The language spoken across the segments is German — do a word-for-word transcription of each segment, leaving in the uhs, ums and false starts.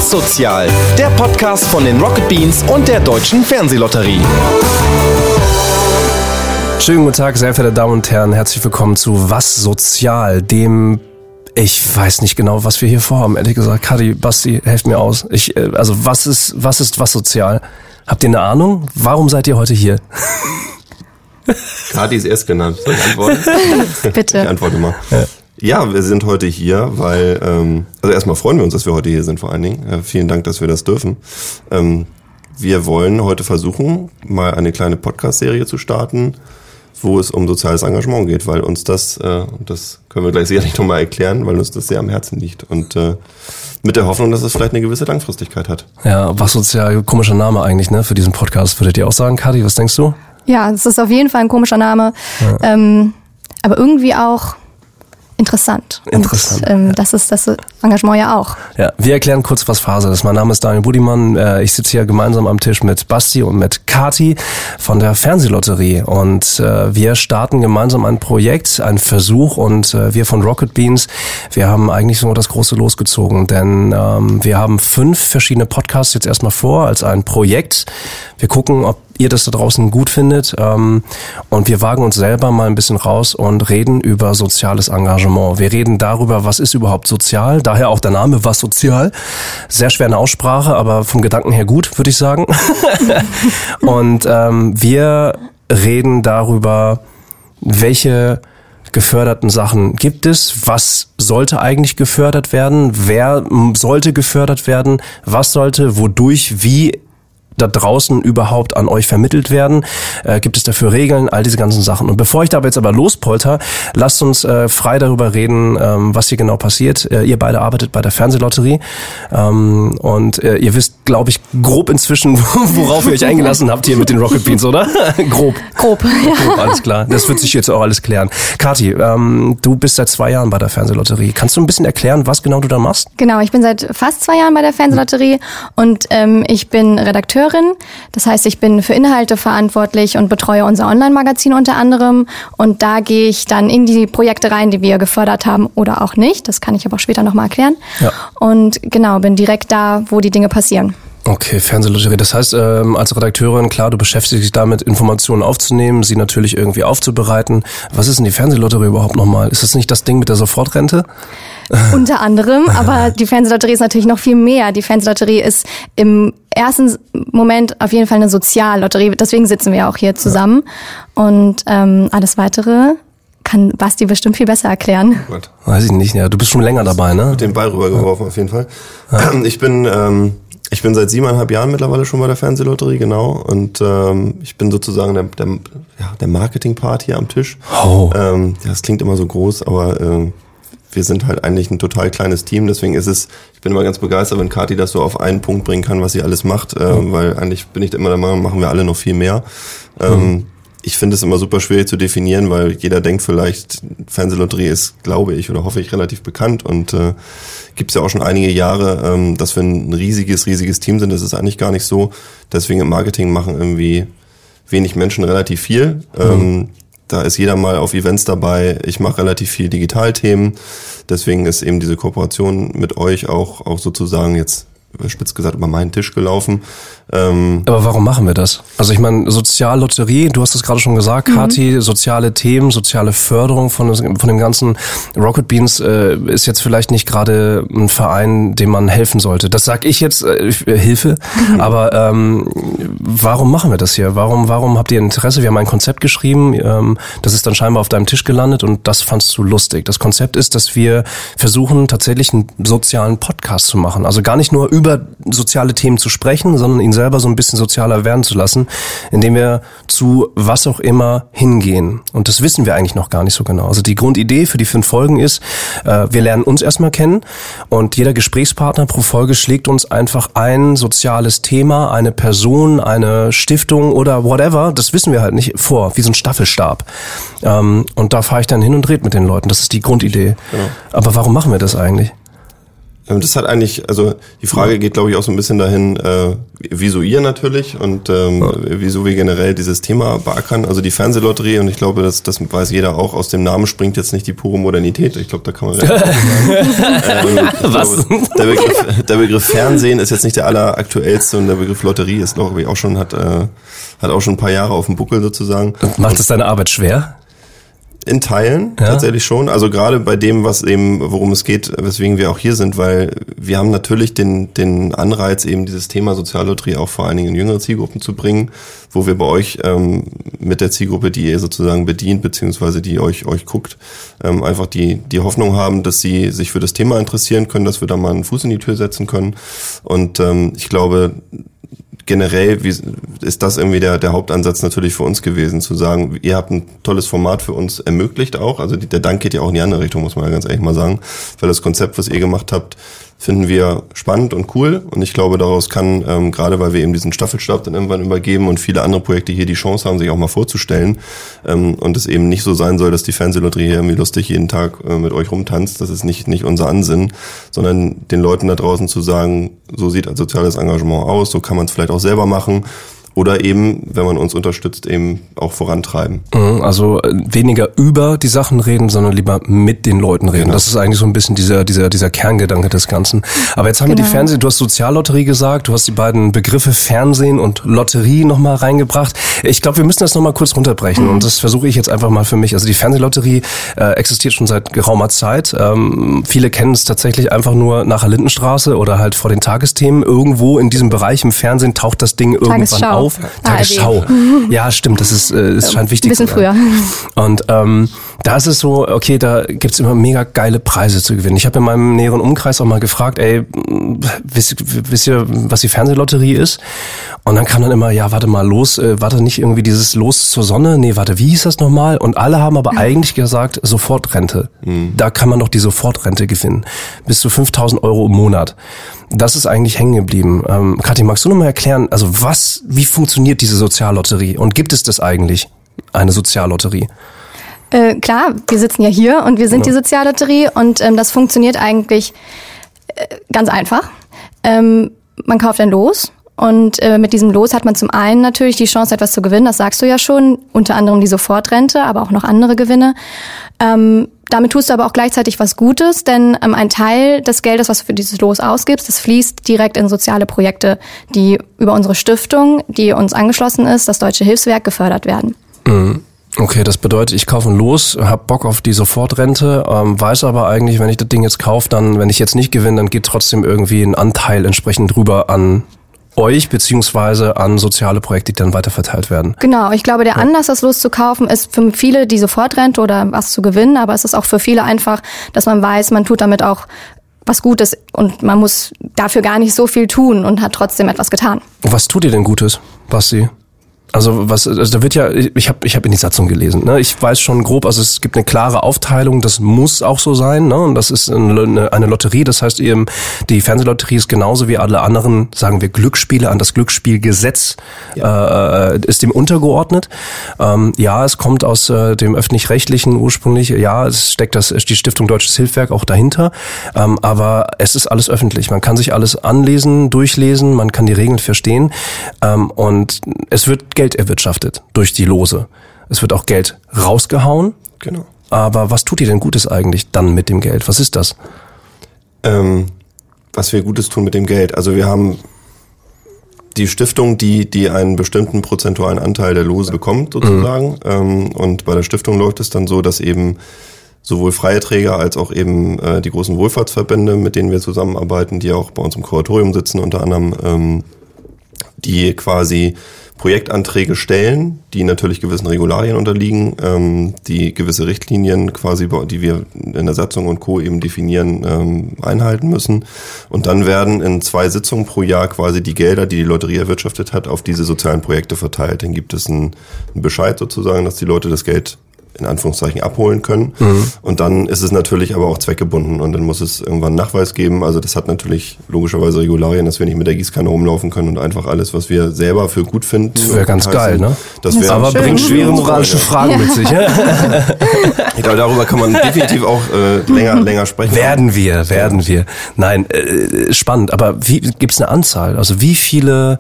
Was sozial? Der Podcast von den Rocket Beans und der Deutschen Fernsehlotterie. Schönen guten Tag, sehr verehrte Damen und Herren. Herzlich willkommen zu Was sozial, dem... Ich weiß nicht genau, was wir hier vorhaben, ehrlich gesagt. Kati, Basti, helft mir aus. Ich, also was ist, was ist was sozial? Habt ihr eine Ahnung? Warum seid ihr heute hier? Kati ist erst genannt. Soll ich antworten? Bitte. Ich antworte mal. Ja. Ja, wir sind heute hier, weil, ähm, also erstmal freuen wir uns, dass wir heute hier sind vor allen Dingen. Äh, vielen Dank, dass wir das dürfen. Ähm, wir wollen heute versuchen, mal eine kleine Podcast-Serie zu starten, wo es um soziales Engagement geht, weil uns das, äh, das können wir gleich sicherlich nochmal erklären, weil uns das sehr am Herzen liegt und äh, mit der Hoffnung, dass es vielleicht eine gewisse Langfristigkeit hat. Ja, was sozial, komischer Name eigentlich, ne, für diesen Podcast, würdet ihr auch sagen, Kati, was denkst du? Ja, es ist auf jeden Fall ein komischer Name, ja. ähm, aber irgendwie auch interessant. Interessant. Und, ähm, ja. das ist das Engagement ja auch. Ja, wir erklären kurz, was Phase ist. Mein Name ist Daniel Budimann. Ich sitze hier gemeinsam am Tisch mit Basti und mit Kati von der Fernsehlotterie. Und äh, wir starten gemeinsam ein Projekt, einen Versuch. Und äh, wir von Rocket Beans, wir haben eigentlich so das große losgezogen. Denn ähm, wir haben fünf verschiedene Podcasts jetzt erstmal vor als ein Projekt. Wir gucken, ob ihr das da draußen gut findet. Ähm, und wir wagen uns selber mal ein bisschen raus und reden über soziales Engagement. Wir reden darüber, was ist überhaupt sozial. Daher auch der Name, was sozial. Sehr schwer eine Aussprache, aber vom Gedanken her gut, würde ich sagen. Und ähm, wir reden darüber, welche geförderten Sachen gibt es, was sollte eigentlich gefördert werden, wer sollte gefördert werden, was sollte, wodurch, wie da draußen überhaupt an euch vermittelt werden? Äh, gibt es dafür Regeln? All diese ganzen Sachen. Und bevor ich da aber jetzt aber lospolter, lasst uns äh, frei darüber reden, ähm, was hier genau passiert. Äh, ihr beide arbeitet bei der Fernsehlotterie ähm, und äh, ihr wisst, glaube ich, grob inzwischen, worauf ihr euch eingelassen habt hier mit den Rocket Beans, oder? grob. Grob, ja. Grob, alles klar. Das wird sich jetzt auch alles klären. Kati, ähm, du bist seit zwei Jahren bei der Fernsehlotterie. Kannst du ein bisschen erklären, was genau du da machst? Genau, ich bin seit fast zwei Jahren bei der Fernsehlotterie und ähm, ich bin Redakteurin. Das heißt, ich bin für Inhalte verantwortlich und betreue unser Online-Magazin unter anderem. Und da gehe ich dann in die Projekte rein, die wir gefördert haben oder auch nicht. Das kann ich aber auch später nochmal erklären. Ja. Und genau, bin direkt da, wo die Dinge passieren. Okay, Fernsehlotterie. Das heißt, ähm, als Redakteurin, klar, du beschäftigst dich damit, Informationen aufzunehmen, sie natürlich irgendwie aufzubereiten. Was ist denn die Fernsehlotterie überhaupt nochmal? Ist das nicht das Ding mit der Sofortrente? Unter anderem, aber die Fernsehlotterie ist natürlich noch viel mehr. Die Fernsehlotterie ist im ersten Moment auf jeden Fall eine Soziallotterie. Deswegen sitzen wir auch hier zusammen. Ja. Und ähm, alles Weitere kann Basti bestimmt viel besser erklären. Oh Gott. Weiß ich nicht, ja. Du bist schon länger dabei, ne? Mit dem Ball rübergeworfen, ja. Auf jeden Fall. Ja. Ich bin ähm, ich bin seit siebeneinhalb Jahren mittlerweile schon bei der Fernsehlotterie, genau. Und ähm, ich bin sozusagen der, der, ja, der Marketing-Part hier am Tisch. Oh. Ähm, ja, das klingt immer so groß, aber ähm, wir sind halt eigentlich ein total kleines Team, deswegen ist es, ich bin immer ganz begeistert, wenn Kati das so auf einen Punkt bringen kann, was sie alles macht, äh, mhm. weil eigentlich bin ich immer der Meinung, machen wir alle noch viel mehr. Ähm, mhm. Ich finde es immer super schwierig zu definieren, weil jeder denkt vielleicht, Fernsehlotterie ist, glaube ich, oder hoffe ich, relativ bekannt und äh, gibt es ja auch schon einige Jahre, ähm, dass wir ein riesiges, riesiges Team sind, das ist eigentlich gar nicht so, deswegen im Marketing machen irgendwie wenig Menschen relativ viel. Mhm. Ähm, Da ist jeder mal auf Events dabei. Ich mache relativ viel Digitalthemen. Deswegen ist eben diese Kooperation mit euch auch, auch sozusagen jetzt spitz gesagt über meinen Tisch gelaufen. Ähm Aber warum machen wir das? Also ich meine, Soziallotterie, du hast es gerade schon gesagt, mhm. Kati, soziale Themen, soziale Förderung von, von dem ganzen Rocket Beans äh, ist jetzt vielleicht nicht gerade ein Verein, dem man helfen sollte. Das sag ich jetzt, äh, Hilfe. Mhm. Aber ähm, warum machen wir das hier? Warum, warum habt ihr Interesse? Wir haben ein Konzept geschrieben, ähm, das ist dann scheinbar auf deinem Tisch gelandet und das fandst du lustig. Das Konzept ist, dass wir versuchen, tatsächlich einen sozialen Podcast zu machen. Also gar nicht nur über soziale Themen zu sprechen, sondern ihn selber so ein bisschen sozialer werden zu lassen, indem wir zu was auch immer hingehen. Und das wissen wir eigentlich noch gar nicht so genau. Also die Grundidee für die fünf Folgen ist, äh, wir lernen uns erstmal kennen und jeder Gesprächspartner pro Folge schlägt uns einfach ein soziales Thema, eine Person, eine Stiftung oder whatever, das wissen wir halt nicht, vor, wie so ein Staffelstab. Ähm, und da fahre ich dann hin und rede mit den Leuten. Das ist die Grundidee. Genau. Aber warum machen wir das eigentlich? Das hat eigentlich, also die Frage geht, glaube ich, auch so ein bisschen dahin, äh, wieso ihr natürlich und ähm, ja. wieso wir generell dieses Thema beackern. Also die Fernsehlotterie, und ich glaube, das, das weiß jeder auch, aus dem Namen springt jetzt nicht die pure Modernität. Ich glaube, da kann man relativ sagen. ähm, Was? Glaube, der, Begriff, der Begriff Fernsehen ist jetzt nicht der alleraktuellste und der Begriff Lotterie ist, glaube ich, auch schon, hat, äh, hat auch schon ein paar Jahre auf dem Buckel sozusagen. Und macht es deine Arbeit schwer? In Teilen ja. tatsächlich schon. Also gerade bei dem, was eben, worum es geht, weswegen wir auch hier sind, weil wir haben natürlich den den Anreiz, eben dieses Thema Soziallotterie auch vor allen Dingen in jüngere Zielgruppen zu bringen, wo wir bei euch ähm, mit der Zielgruppe, die ihr sozusagen bedient, beziehungsweise die euch euch guckt, ähm, einfach die die Hoffnung haben, dass sie sich für das Thema interessieren können, dass wir da mal einen Fuß in die Tür setzen können. Und ähm, ich glaube, generell wie, ist das irgendwie der, der Hauptansatz natürlich für uns gewesen, zu sagen, ihr habt ein tolles Format für uns ermöglicht auch. Also die, der Dank geht ja auch in die andere Richtung, muss man ja ganz ehrlich mal sagen. Weil das Konzept, was ihr gemacht habt, finden wir spannend und cool. Und ich glaube, daraus kann, ähm, gerade weil wir eben diesen Staffelstab dann irgendwann übergeben und viele andere Projekte hier die Chance haben, sich auch mal vorzustellen, ähm, und es eben nicht so sein soll, dass die Fernsehlotterie hier irgendwie lustig jeden Tag äh, mit euch rumtanzt. Das ist nicht nicht unser Ansinn, sondern den Leuten da draußen zu sagen, so sieht ein soziales Engagement aus, so kann man es vielleicht auch selber machen. Oder eben, wenn man uns unterstützt, eben auch vorantreiben. Also weniger über die Sachen reden, sondern lieber mit den Leuten reden. Genau. Das ist eigentlich so ein bisschen dieser dieser dieser Kerngedanke des Ganzen. Aber jetzt haben genau. wir die Fernseh, du hast Soziallotterie gesagt, du hast die beiden Begriffe Fernsehen und Lotterie nochmal reingebracht. Ich glaube, wir müssen das nochmal kurz runterbrechen mhm. und das versuche ich jetzt einfach mal für mich. Also die Fernsehlotterie äh, existiert schon seit geraumer Zeit. Ähm, viele kennen es tatsächlich einfach nur nach der Lindenstraße oder halt vor den Tagesthemen. Irgendwo in diesem Bereich im Fernsehen taucht das Ding irgendwann Tagesschau. auf. Tagesschau. Ja, stimmt, das ist, äh, es scheint wichtig zu sein. Ein bisschen früher. Und ähm, da ist es so, okay, da gibt's immer mega geile Preise zu gewinnen. Ich habe in meinem näheren Umkreis auch mal gefragt, ey, wisst, wisst ihr, was die Fernsehlotterie ist? Und dann kam dann immer, ja, warte mal, los, äh, warte nicht irgendwie dieses Los zur Sonne? Nee, warte, wie hieß das nochmal? Und alle haben aber eigentlich gesagt, Sofortrente. Mhm. Da kann man doch die Sofortrente gewinnen. Bis zu fünftausend Euro im Monat. Das ist eigentlich hängen geblieben. Ähm, Kathi, magst du noch mal erklären, also was, wie funktioniert diese Soziallotterie? Und gibt es das eigentlich, eine Soziallotterie? Äh, klar, wir sitzen ja hier und wir sind ja. die Soziallotterie und ähm, das funktioniert eigentlich äh, ganz einfach. Ähm, man kauft ein Los und äh, mit diesem Los hat man zum einen natürlich die Chance, etwas zu gewinnen, das sagst du ja schon, unter anderem die Sofortrente, aber auch noch andere Gewinne. Ähm, damit tust du aber auch gleichzeitig was Gutes, denn ähm, ein Teil des Geldes, was du für dieses Los ausgibst, das fließt direkt in soziale Projekte, die über unsere Stiftung, die uns angeschlossen ist, das Deutsche Hilfswerk, gefördert werden. Mhm. Okay, das bedeutet, ich kaufe ein Los, hab Bock auf die Sofortrente, ähm, weiß aber eigentlich, wenn ich das Ding jetzt kaufe, dann, wenn ich jetzt nicht gewinne, dann geht trotzdem irgendwie ein Anteil entsprechend rüber an euch, beziehungsweise an soziale Projekte, die dann weiterverteilt werden. Genau, ich glaube, der ja. Anlass, das Los zu kaufen, ist für viele die Sofortrente oder was zu gewinnen, aber es ist auch für viele einfach, dass man weiß, man tut damit auch was Gutes und man muss dafür gar nicht so viel tun und hat trotzdem etwas getan. Was tut ihr denn Gutes, Basti? Also was, also da wird ja, ich habe ich hab in die Satzung gelesen, ne? Ich weiß schon grob, also es gibt eine klare Aufteilung, das muss auch so sein, ne? Und das ist eine, eine Lotterie, das heißt eben, die Fernsehlotterie ist genauso wie alle anderen, sagen wir, Glücksspiele an das Glücksspielgesetz, ja. äh, ist dem untergeordnet. Ähm, ja, es kommt aus äh, dem öffentlich-rechtlichen ursprünglich, ja, es steckt das die Stiftung Deutsches Hilfswerk auch dahinter, ähm, aber es ist alles öffentlich. Man kann sich alles anlesen, durchlesen, man kann die Regeln verstehen, ähm, und es wird Geld erwirtschaftet durch die Lose. Es wird auch Geld rausgehauen. Genau. Aber was tut ihr denn Gutes eigentlich dann mit dem Geld? Was ist das? Ähm, was wir Gutes tun mit dem Geld. Also wir haben die Stiftung, die die einen bestimmten prozentualen Anteil der Lose bekommt sozusagen. Mhm. Ähm, und bei der Stiftung läuft es dann so, dass eben sowohl freie Träger als auch eben äh, die großen Wohlfahrtsverbände, mit denen wir zusammenarbeiten, die auch bei uns im Kuratorium sitzen, unter anderem, ähm, die quasi Projektanträge stellen, die natürlich gewissen Regularien unterliegen, ähm, die gewisse Richtlinien quasi, die wir in der Satzung und Co. eben definieren, ähm, einhalten müssen. Und dann werden in zwei Sitzungen pro Jahr quasi die Gelder, die die Lotterie erwirtschaftet hat, auf diese sozialen Projekte verteilt. Dann gibt es einen, einen Bescheid sozusagen, dass die Leute das Geld in Anführungszeichen abholen können. Mhm. Und dann ist es natürlich aber auch zweckgebunden und dann muss es irgendwann einen Nachweis geben. Also das hat natürlich logischerweise Regularien, dass wir nicht mit der Gießkanne rumlaufen können und einfach alles, was wir selber für gut finden. Das wäre ganz heißen, geil, ne? Das wär aber bringt schwere moralische Fragen ja. mit sich. Ja? Ich glaube, darüber kann man definitiv auch äh, länger, länger sprechen. Werden wir, werden wir. Nein, äh, spannend. Aber wie gibt's eine Anzahl? Also wie viele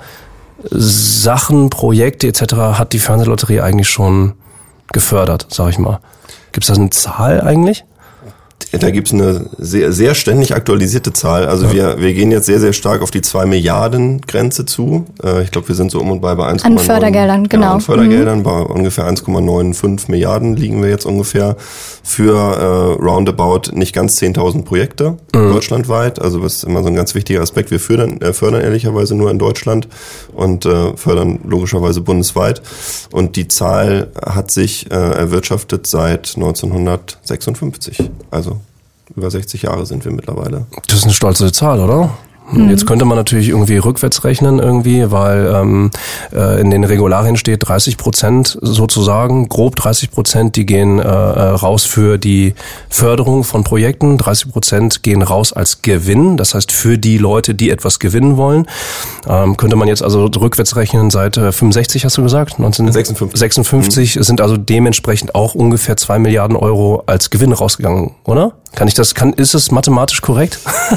Sachen, Projekte et cetera hat die Fernsehlotterie eigentlich schon gefördert, sag ich mal? Gibt's da eine Zahl eigentlich? Da gibt's eine sehr, sehr ständig aktualisierte Zahl. Also ja. wir, wir gehen jetzt sehr, sehr stark auf die zwei Milliarden Grenze zu. Äh, ich glaube, wir sind so um und bei bei eins Komma neun. An Fördergeldern, genau. Ja, an Fördergeldern, mhm. bei ungefähr eins Komma fünfundneunzig Milliarden liegen wir jetzt ungefähr für äh, roundabout nicht ganz zehntausend Projekte mhm. deutschlandweit. Also das ist immer so ein ganz wichtiger Aspekt. Wir fördern, äh, fördern ehrlicherweise nur in Deutschland und äh, fördern logischerweise bundesweit. Und die Zahl hat sich äh, erwirtschaftet seit neunzehnhundertsechsundfünfzig. Also über sechzig Jahre sind wir mittlerweile. Das ist eine stolze Zahl, oder? Mhm. Jetzt könnte man natürlich irgendwie rückwärts rechnen irgendwie, weil ähm, äh, in den Regularien steht dreißig Prozent sozusagen, grob dreißig Prozent, die gehen äh, raus für die Förderung von Projekten, dreißig Prozent gehen raus als Gewinn, das heißt für die Leute, die etwas gewinnen wollen. Ähm, könnte man jetzt also rückwärts rechnen seit äh, fünfundsechzig, hast du gesagt? neunzehnhundertsechsundfünfzig mhm. sind also dementsprechend auch ungefähr zwei Milliarden Euro als Gewinn rausgegangen, oder? Kann ich das, kann, ist es mathematisch korrekt?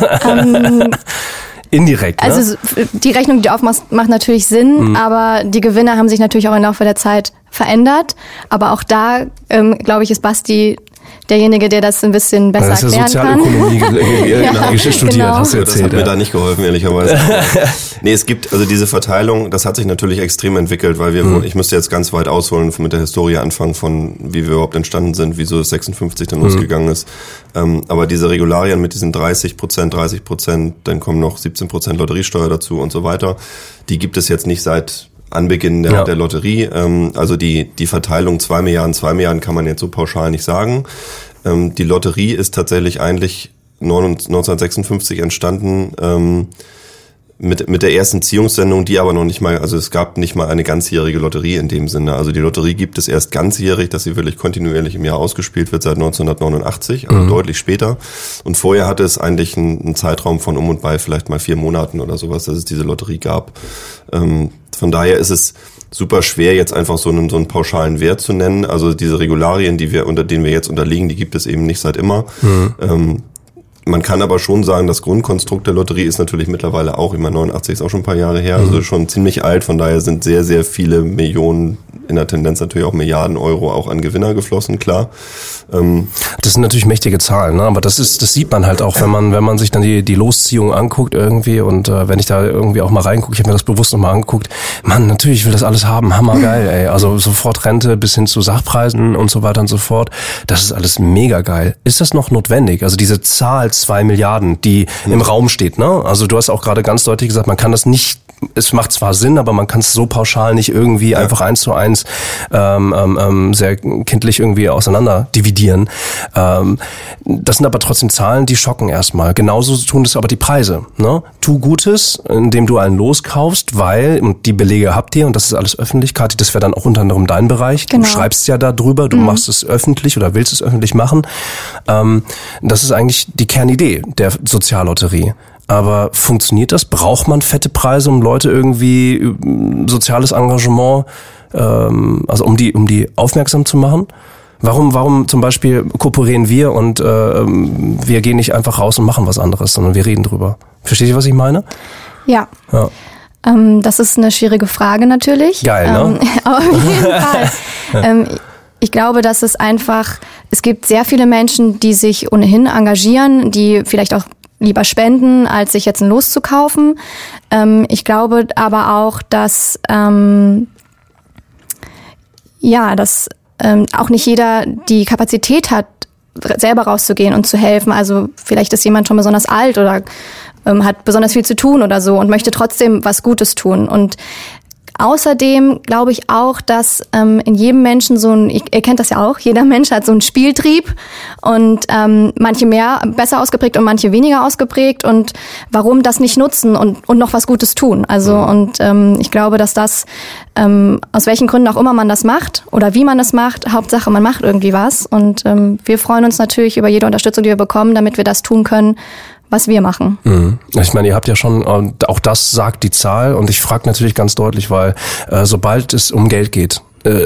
Um Indirekt, ne? Also die Rechnung, die du aufmachst, macht natürlich Sinn, mhm. aber die Gewinne haben sich natürlich auch im Laufe der Zeit verändert. Aber auch da, ähm, glaube ich, ist Basti derjenige, der das ein bisschen besser das ist erklären ja Sozialökonomie kann. ja, genau, studiert, genau. hast du erzählt. Das hat ja. mir da nicht geholfen, ehrlicherweise. Nee, es gibt, also diese Verteilung, das hat sich natürlich extrem entwickelt, weil wir, mhm. ich müsste jetzt ganz weit ausholen, mit der Historie anfangen von, wie wir überhaupt entstanden sind, wieso es sechsundfünfzig dann mhm. losgegangen ist. Ähm, aber diese Regularien mit diesen dreißig Prozent, dreißig Prozent, dann kommen noch siebzehn Prozent Lotteriesteuer dazu und so weiter, die gibt es jetzt nicht seit Anbeginn der, ja. der Lotterie. Ähm, also die, die Verteilung zwei Milliarden, zwei Milliarden kann man jetzt so pauschal nicht sagen. Ähm, die Lotterie ist tatsächlich eigentlich neunzehnhundertsechsundfünfzig entstanden ähm, mit mit der ersten Ziehungssendung, die aber noch nicht mal, also es gab nicht mal eine ganzjährige Lotterie in dem Sinne. Also die Lotterie gibt es erst ganzjährig, dass sie wirklich kontinuierlich im Jahr ausgespielt wird seit neunzehnhundertneunundachtzig, also mhm. deutlich später. Und vorher hatte es eigentlich einen, einen Zeitraum von um und bei vielleicht mal vier Monaten oder sowas, dass es diese Lotterie gab. Ähm, von daher ist es super schwer, jetzt einfach so einen, so einen pauschalen Wert zu nennen. Also diese Regularien, die wir, unter denen wir jetzt unterliegen, die gibt es eben nicht seit immer. Mhm. Ähm, man kann aber schon sagen, das Grundkonstrukt der Lotterie ist natürlich mittlerweile auch, immer neunundachtzig ist auch schon ein paar Jahre her, mhm. also schon ziemlich alt. Von daher sind sehr, sehr viele Millionen, in der Tendenz natürlich auch Milliarden Euro auch an Gewinner geflossen, klar. Ähm, das sind natürlich mächtige Zahlen, ne? Aber das ist, das sieht man halt auch, wenn man, wenn man sich dann die, die Losziehung anguckt irgendwie und äh, wenn ich da irgendwie auch mal reingucke, ich habe mir das bewusst nochmal angeguckt, Mann, natürlich, ich will das alles haben, hammergeil, ey. Also sofort Rente bis hin zu Sachpreisen und so weiter und so fort. Das ist alles mega geil. Ist das noch notwendig? Also diese Zahl zwei Milliarden, die mhm. im Raum steht, ne? Also du hast auch gerade ganz deutlich gesagt, man kann das nicht, es macht zwar Sinn, aber man kann es so pauschal nicht irgendwie ja. einfach eins zu eins ähm, ähm, sehr kindlich irgendwie auseinander dividieren. Ähm, das sind aber trotzdem Zahlen, die schocken erstmal. Genauso tun das aber die Preise. Ne? Tu Gutes, indem du einen Los kaufst, weil, und die Belege habt ihr, und das ist alles öffentlich, Kathi, das wäre dann auch unter anderem dein Bereich. Genau. Du schreibst ja da drüber, du mhm. machst es öffentlich oder willst es öffentlich machen. Ähm, das ist eigentlich die Kernidee der Soziallotterie. Aber funktioniert das? Braucht man fette Preise, um Leute irgendwie soziales Engagement, ähm, also um die um die aufmerksam zu machen? Warum warum zum Beispiel kooperieren wir und äh, wir gehen nicht einfach raus und machen was anderes, sondern wir reden drüber? Versteht ihr, was ich meine? Ja. ja. Ähm, das ist eine schwierige Frage natürlich. Geil, ne? Ähm, auf jeden Fall. ähm, Ich glaube, dass es einfach, es gibt sehr viele Menschen, die sich ohnehin engagieren, die vielleicht auch lieber spenden, als sich jetzt ein Los zu kaufen. Ähm, ich glaube aber auch, dass ähm, ja, dass ähm, auch nicht jeder die Kapazität hat, selber rauszugehen und zu helfen. Also vielleicht ist jemand schon besonders alt oder ähm, hat besonders viel zu tun oder so und möchte trotzdem was Gutes tun. Und außerdem glaube ich auch, dass ähm, in jedem Menschen so ein, ihr kennt das ja auch, jeder Mensch hat so einen Spieltrieb und ähm, manche mehr, besser ausgeprägt und manche weniger ausgeprägt und warum das nicht nutzen und, und noch was Gutes tun. Also und ähm, ich glaube, dass das, ähm, aus welchen Gründen auch immer man das macht oder wie man das macht, Hauptsache man macht irgendwie was und ähm, wir freuen uns natürlich über jede Unterstützung, die wir bekommen, damit wir das tun können, was wir machen. Mhm. Ich meine, ihr habt ja schon, auch das sagt die Zahl und ich frage natürlich ganz deutlich, weil äh, sobald es um Geld geht,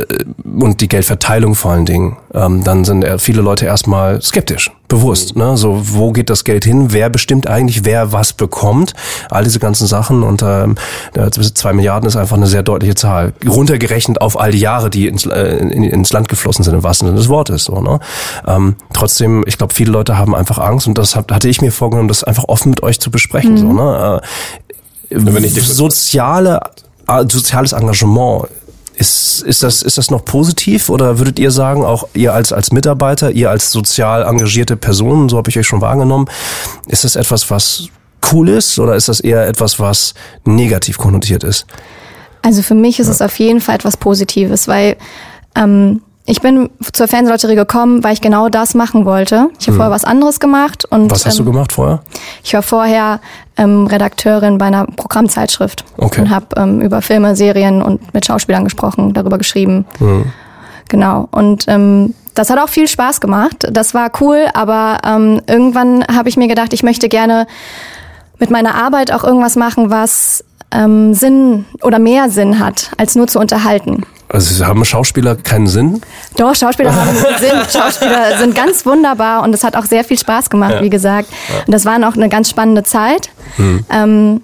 und die Geldverteilung vor allen Dingen, ähm, dann sind viele Leute erstmal skeptisch, bewusst. Ne? So, wo geht das Geld hin? Wer bestimmt eigentlich, wer was bekommt? All diese ganzen Sachen und ähm, zwei Milliarden ist einfach eine sehr deutliche Zahl. Runtergerechnet auf all die Jahre, die ins, äh, ins Land geflossen sind, im wahrsten Sinne des Wortes. So, ne? ähm, trotzdem, ich glaube, viele Leute haben einfach Angst und das hab, hatte ich mir vorgenommen, das einfach offen mit euch zu besprechen. Mhm. So, ne? äh, Wenn ich soziale, äh, soziales Engagement, Ist, ist das, ist das noch positiv oder würdet ihr sagen, auch ihr als, als Mitarbeiter, ihr als sozial engagierte Personen, so habe ich euch schon wahrgenommen, ist das etwas, was cool ist oder ist das eher etwas, was negativ konnotiert ist? Also für mich ist ja. es auf jeden Fall etwas Positives, weil ähm, ich bin zur Fernsehlotterie gekommen, weil ich genau das machen wollte. Ich habe hm. vorher was anderes gemacht. Und was hast ähm, du gemacht vorher? Ich war vorher ähm, Redakteurin bei einer Programmzeitschrift okay. und habe ähm, über Filme, Serien und mit Schauspielern gesprochen, darüber geschrieben. Hm. Genau. Und ähm, das hat auch viel Spaß gemacht. Das war cool, aber ähm, irgendwann habe ich mir gedacht, ich möchte gerne mit meiner Arbeit auch irgendwas machen, was ähm, Sinn oder mehr Sinn hat, als nur zu unterhalten. Also haben Schauspieler keinen Sinn? Doch, Schauspieler haben Sinn. Schauspieler sind ganz wunderbar und es hat auch sehr viel Spaß gemacht, ja. wie gesagt. Ja. Und das war auch eine ganz spannende Zeit. Hm. Ähm,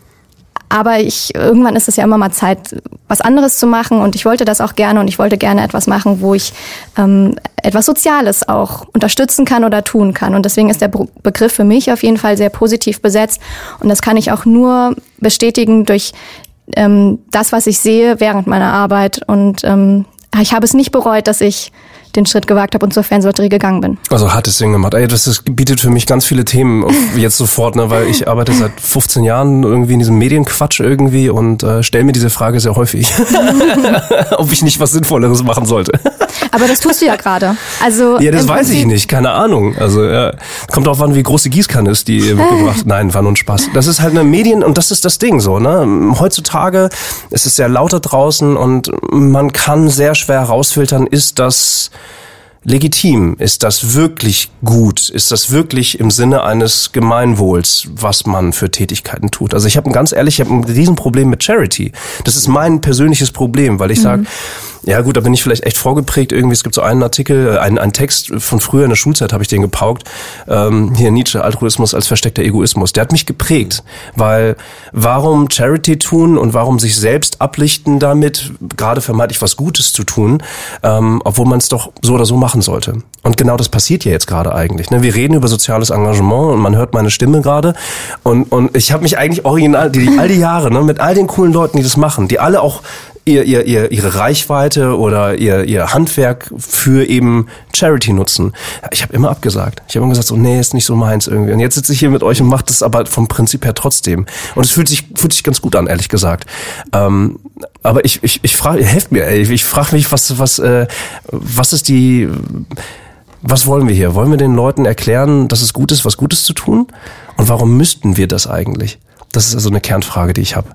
aber ich irgendwann ist es ja immer mal Zeit, was anderes zu machen und ich wollte das auch gerne und ich wollte gerne etwas machen, wo ich ähm, etwas Soziales auch unterstützen kann oder tun kann. Und deswegen ist der Begriff für mich auf jeden Fall sehr positiv besetzt und das kann ich auch nur bestätigen durch ähm, das, was ich sehe während meiner Arbeit. Und ähm, ich habe es nicht bereut, dass ich den Schritt gewagt habe und zur Fernsehlotterie gegangen bin. Also hat es Sinn gemacht. Ey, das ist, bietet für mich ganz viele Themen jetzt sofort, ne, weil ich arbeite seit fünfzehn Jahren irgendwie in diesem Medienquatsch irgendwie und äh, stelle mir diese Frage sehr häufig, ob ich nicht was Sinnvolleres machen sollte. Aber das tust du ja gerade. Also ja, das weiß ich nicht, keine Ahnung. Also ja, kommt drauf an, wie groß die Gießkanne ist, die ihr mitgebracht. Nein, war nur ein Spaß. Das ist halt eine Medien und das ist das Ding so. Ne? Heutzutage ist es sehr laut da draußen und man kann sehr schwer herausfiltern, ist das legitim? Ist das wirklich gut? Ist das wirklich im Sinne eines Gemeinwohls, was man für Tätigkeiten tut? Also ich habe ein ganz ehrlich, ich habe ein Riesenproblem mit Charity. Das ist mein persönliches Problem, weil ich mhm. sage, ja gut, da bin ich vielleicht echt vorgeprägt irgendwie. Es gibt so einen Artikel, einen, einen Text von früher in der Schulzeit, habe ich den gepaukt. Ähm, hier Nietzsche, Altruismus als versteckter Egoismus. Der hat mich geprägt, weil warum Charity tun und warum sich selbst ablichten damit, gerade vermeintlich was Gutes zu tun, ähm, obwohl man es doch so oder so machen sollte. Und genau das passiert ja jetzt gerade eigentlich. Ne? Wir reden über soziales Engagement und man hört meine Stimme gerade. Und, und ich habe mich eigentlich original, die, all die Jahre, ne, mit all den coolen Leuten, die das machen, die alle auch Ihr, ihr, ihr, ihre Reichweite oder ihr, ihr Handwerk für eben Charity nutzen. Ich habe immer abgesagt. Ich habe immer gesagt, so nee, ist nicht so meins irgendwie. Und jetzt sitze ich hier mit euch und mache das aber vom Prinzip her trotzdem. Und es fühlt sich fühlt sich ganz gut an, ehrlich gesagt. Ähm, aber ich ich ich frage, helft mir, ey. Ich frage mich, was was äh, was ist die was wollen wir hier? Wollen wir den Leuten erklären, dass es gut ist, was Gutes zu tun? Und warum müssten wir das eigentlich? Das ist also eine Kernfrage, die ich habe.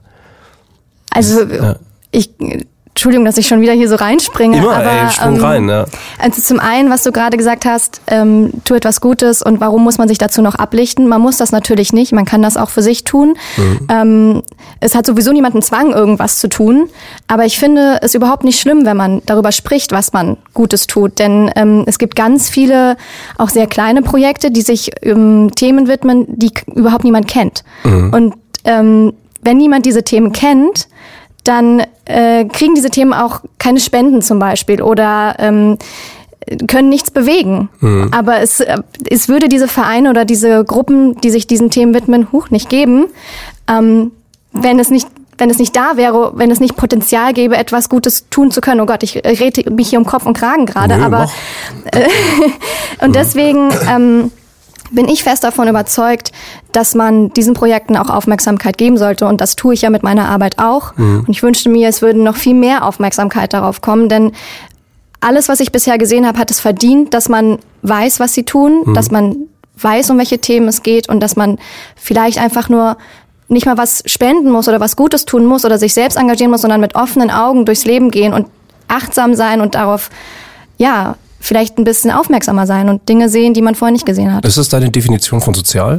Also ja. Ich, Entschuldigung, dass ich schon wieder hier so reinspringe. Immer, aber, ey, spring ähm, rein, ja. Also zum einen, was du gerade gesagt hast, ähm, tu etwas Gutes und warum muss man sich dazu noch ablichten? Man muss das natürlich nicht, man kann das auch für sich tun. Mhm. Ähm, es hat sowieso niemanden Zwang, irgendwas zu tun, aber ich finde es überhaupt nicht schlimm, wenn man darüber spricht, was man Gutes tut, denn ähm, es gibt ganz viele, auch sehr kleine Projekte, die sich ähm, Themen widmen, die k- überhaupt niemand kennt. Mhm. Und ähm, wenn niemand diese Themen kennt, dann äh, kriegen diese Themen auch keine Spenden zum Beispiel oder ähm, können nichts bewegen. Mhm. Aber es, es würde diese Vereine oder diese Gruppen, die sich diesen Themen widmen, huch, nicht geben, ähm, wenn es nicht wenn es nicht da wäre, wenn es nicht Potenzial gäbe, etwas Gutes tun zu können. Oh Gott, ich rede mich hier um Kopf und Kragen gerade, aber äh, und deswegen ähm, bin ich fest davon überzeugt, dass man diesen Projekten auch Aufmerksamkeit geben sollte. Und das tue ich ja mit meiner Arbeit auch. Mhm. Und ich wünschte mir, es würde noch viel mehr Aufmerksamkeit darauf kommen, denn alles, was ich bisher gesehen habe, hat es verdient, dass man weiß, was sie tun, mhm. dass man weiß, um welche Themen es geht und dass man vielleicht einfach nur nicht mal was spenden muss oder was Gutes tun muss oder sich selbst engagieren muss, sondern mit offenen Augen durchs Leben gehen und achtsam sein und darauf, ja, vielleicht ein bisschen aufmerksamer sein und Dinge sehen, die man vorher nicht gesehen hat. Ist das deine Definition von sozial?